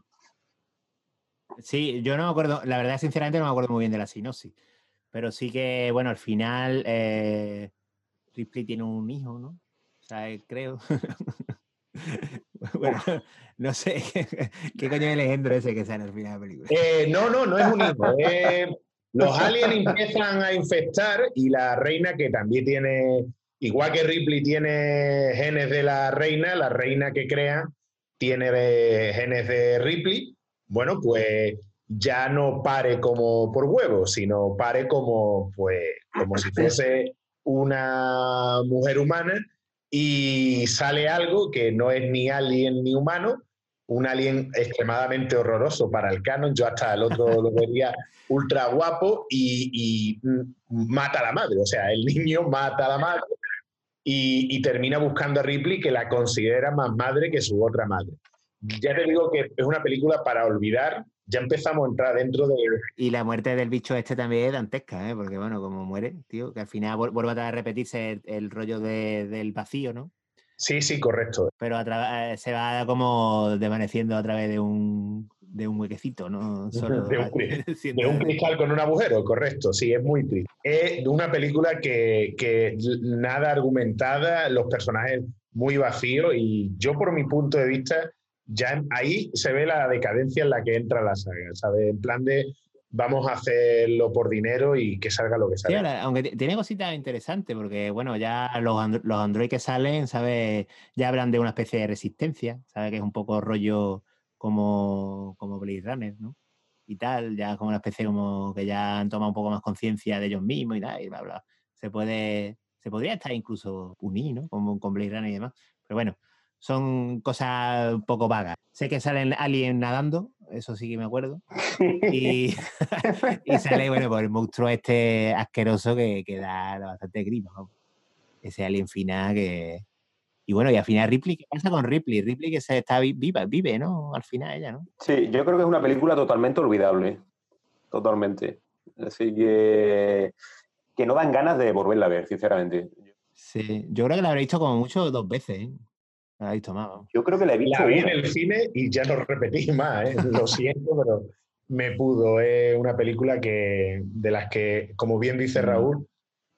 Sí, yo no me acuerdo, la verdad, sinceramente no me acuerdo muy bien de la sinopsis, pero sí que, bueno, al final Ripley tiene un hijo, ¿no? O sea, creo. Bueno, no sé, ¿qué coño es el engendro ese que sale al final de la película? No es un hijo. Los aliens empiezan a infectar y la reina, que también tiene, igual que Ripley tiene genes de la reina que crea tiene genes de Ripley, bueno, pues ya no pare como por huevo, sino pare como si fuese una mujer humana y sale algo que no es ni alien ni humano, un alien extremadamente horroroso para el canon. Yo hasta el otro lo vería ultra guapo y mata a la madre. O sea, el niño mata a la madre y termina buscando a Ripley, que la considera más madre que su otra madre. Ya te digo que es una película para olvidar. Ya empezamos a entrar dentro de... Y la muerte del bicho este también es dantesca, ¿eh? Porque bueno, como muere, tío, que al final vuelve a repetirse el rollo del vacío, ¿no? Sí, correcto. Pero se va como desvaneciendo a través de un huequecito, ¿no? Solo de un cristal con un agujero, correcto. Sí, es muy triste. Es una película que nada argumentada, los personajes muy vacíos y yo, por mi punto de vista, ya ahí se ve la decadencia en la que entra la saga, ¿sabes? En plan de vamos a hacerlo por dinero y que salga lo que salga. Sí, aunque tiene cositas interesantes, porque bueno, ya los androides que salen, ¿sabes? Ya hablan de una especie de resistencia, ¿sabes? Que es un poco rollo como Blade Runner, ¿no? Y tal, ya como una especie como que ya han tomado un poco más conciencia de ellos mismos y tal, y bla, bla. Se podría estar incluso unido, ¿no? Como con Blade Runner y demás. Pero bueno, son cosas un poco vagas. Sé que salen aliens nadando, eso sí que me acuerdo. Y sale, bueno, pues el monstruo este asqueroso que da bastante grima, ¿no? Ese alien final que... Y bueno, y al final Ripley, ¿qué pasa con Ripley? Ripley que vive, ¿no? Al final ella, ¿no? Sí, yo creo que es una película totalmente olvidable. Totalmente. Así que no dan ganas de volverla a ver, sinceramente. Sí, yo creo que la habré visto como mucho 2 veces, ¿eh? La he visto más, ¿no? Yo creo que la he visto. La vi en el cine y ya no repetí más, ¿eh? Lo siento, pero me pudo. Es una película de las que, como bien dice Raúl,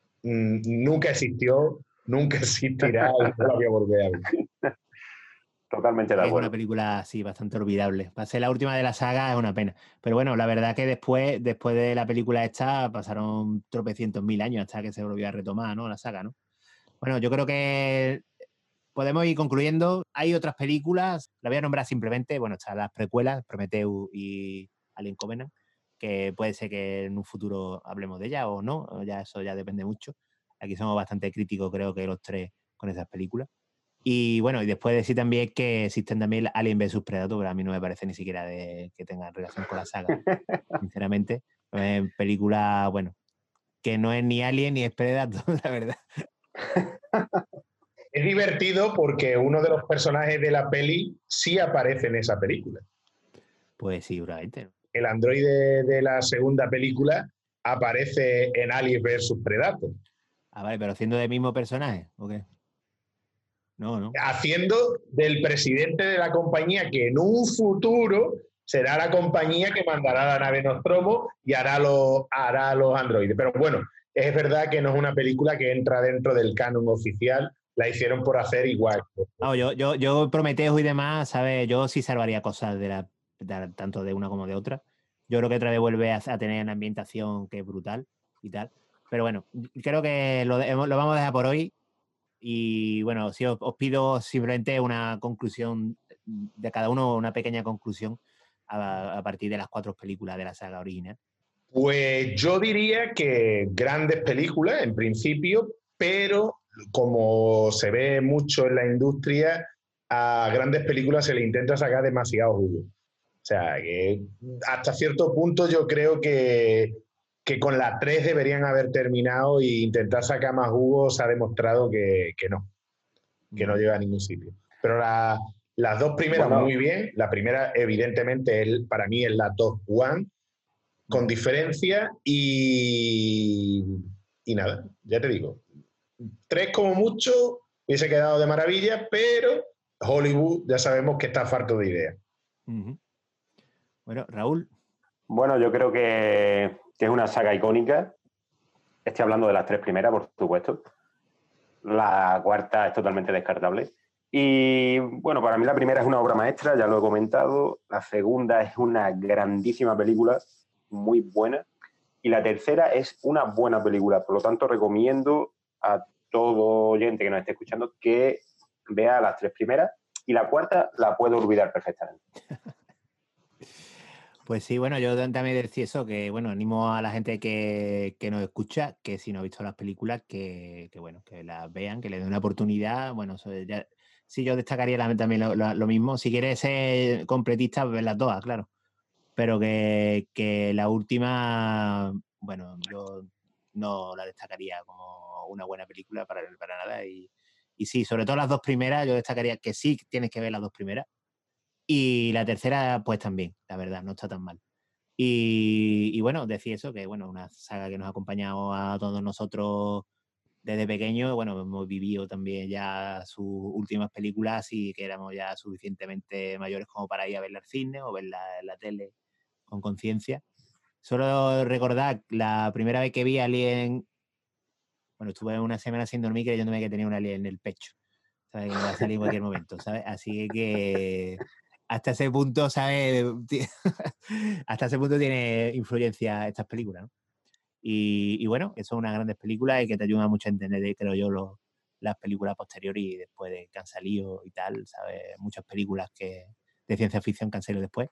nunca existió, nunca existirá y no la voy a volver a ver. Totalmente de acuerdo. Es una película, sí, bastante olvidable. Para ser la última de la saga es una pena. Pero bueno, la verdad que después de la película esta pasaron tropecientos mil años hasta que se volvió a retomar, ¿no? La saga, ¿no? Bueno, yo creo que podemos ir concluyendo. Hay otras películas, la voy a nombrar simplemente, bueno, están las precuelas, Prometheus y Alien Covenant, que puede ser que en un futuro hablemos de ellas o no, ya eso ya depende mucho. Aquí somos bastante críticos, creo que los tres, con esas películas. Y bueno, y después decir también que existen también Alien vs Predator, pero a mí no me parece ni siquiera que tengan relación con la saga, sinceramente. Película, bueno, que no es ni Alien ni es Predator, la verdad. Es divertido porque uno de los personajes de la peli sí aparece en esa película. Pues sí, seguramente. el androide de la segunda película aparece en Aliens vs Predator. Ah, vale, pero haciendo del mismo personaje, ¿o qué? No. Haciendo del presidente de la compañía, que en un futuro será la compañía que mandará la nave Nostromo y hará los androides. Pero bueno, es verdad que no es una película que entra dentro del canon oficial, la hicieron por hacer igual. No, yo Prometeo y demás, ¿sabes? Yo sí salvaría cosas tanto de una como de otra. Yo creo que otra vez vuelve a tener una ambientación que es brutal y tal. Pero bueno, creo que lo vamos a dejar por hoy. Y bueno, si os pido simplemente una conclusión de cada uno, una pequeña conclusión a partir de las 4 películas de la saga original. Pues yo diría que grandes películas, en principio, pero como se ve mucho en la industria, a grandes películas se le intenta sacar demasiado jugo. O sea, que hasta cierto punto yo creo que con la 3 deberían haber terminado e intentar sacar más jugo se ha demostrado que no llega a ningún sitio. Pero las 2 primeras muy bien. La primera, evidentemente, para mí es la top one, con diferencia, y nada, ya te digo. 3 como mucho, hubiese quedado de maravilla, pero Hollywood ya sabemos que está farto de ideas. Bueno, Raúl. Bueno, yo creo que es una saga icónica. Estoy hablando de las 3 primeras, por supuesto. La cuarta es totalmente descartable. Y bueno, para mí la primera es una obra maestra, ya lo he comentado. La segunda es una grandísima película, muy buena. Y la tercera es una buena película. Por lo tanto, recomiendo a todo oyente que nos esté escuchando que vea las 3 primeras. Y la cuarta la puedo olvidar perfectamente. Pues sí, bueno, yo también decía eso, que bueno, animo a la gente que nos escucha, que si no ha visto las películas, que bueno, que las vean, que le den una oportunidad. Bueno, sí, yo destacaría también lo mismo. Si quieres ser completista, ver las todas, claro. Pero que la última, bueno, yo no la destacaría como una buena película para nada. Y sí, sobre todo las 2 primeras, yo destacaría que sí tienes que ver las 2 primeras. Y la tercera, pues también, la verdad, no está tan mal. Y bueno, decía eso, que bueno, una saga que nos ha acompañado a todos nosotros desde pequeños. Bueno, hemos vivido también ya sus últimas películas y que éramos ya suficientemente mayores como para ir a verla al cine o verla en la tele con conciencia. Solo recordar la primera vez que vi Alien, bueno, estuve una semana sin dormir creyéndome que tenía un alien en el pecho, ¿sabes? Que me va a salir en cualquier momento, ¿sabes? Así que hasta ese punto, ¿sabes? Hasta ese punto tiene influencia estas películas, ¿no? Y bueno, que son unas grandes películas y que te ayudan mucho a entender, creo yo, las películas posteriores y después de que han salido y tal, ¿sabes? Muchas películas de ciencia ficción que han salido después.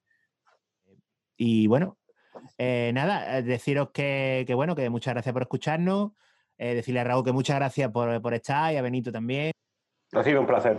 Y bueno, nada, deciros que bueno, que muchas gracias por escucharnos. Decirle a Raúl que muchas gracias por estar y a Benito también. Ha sido un placer.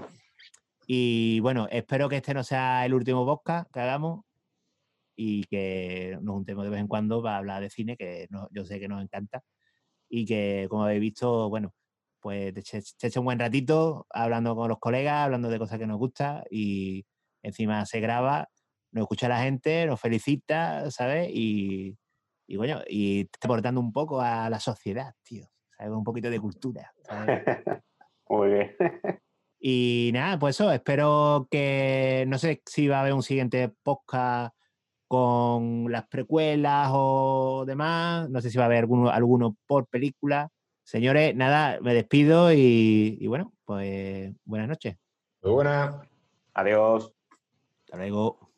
Y bueno, espero que este no sea el último podcast que hagamos y que nos juntemos de vez en cuando para hablar de cine, que yo sé que nos encanta. Y que, como habéis visto, bueno, pues se echa un buen ratito hablando con los colegas, hablando de cosas que nos gustan y encima se graba, nos escucha la gente, nos felicita, ¿sabes? Y bueno, y está aportando un poco a la sociedad, tío. ¿Sabes? Un poquito de cultura, ¿sabes? Muy bien. Y nada, pues eso, espero que, no sé si va a haber un siguiente podcast con las precuelas o demás, no sé si va a haber alguno por película. Señores, nada, me despido y bueno, pues buenas noches. Muy buenas. Adiós. Hasta luego.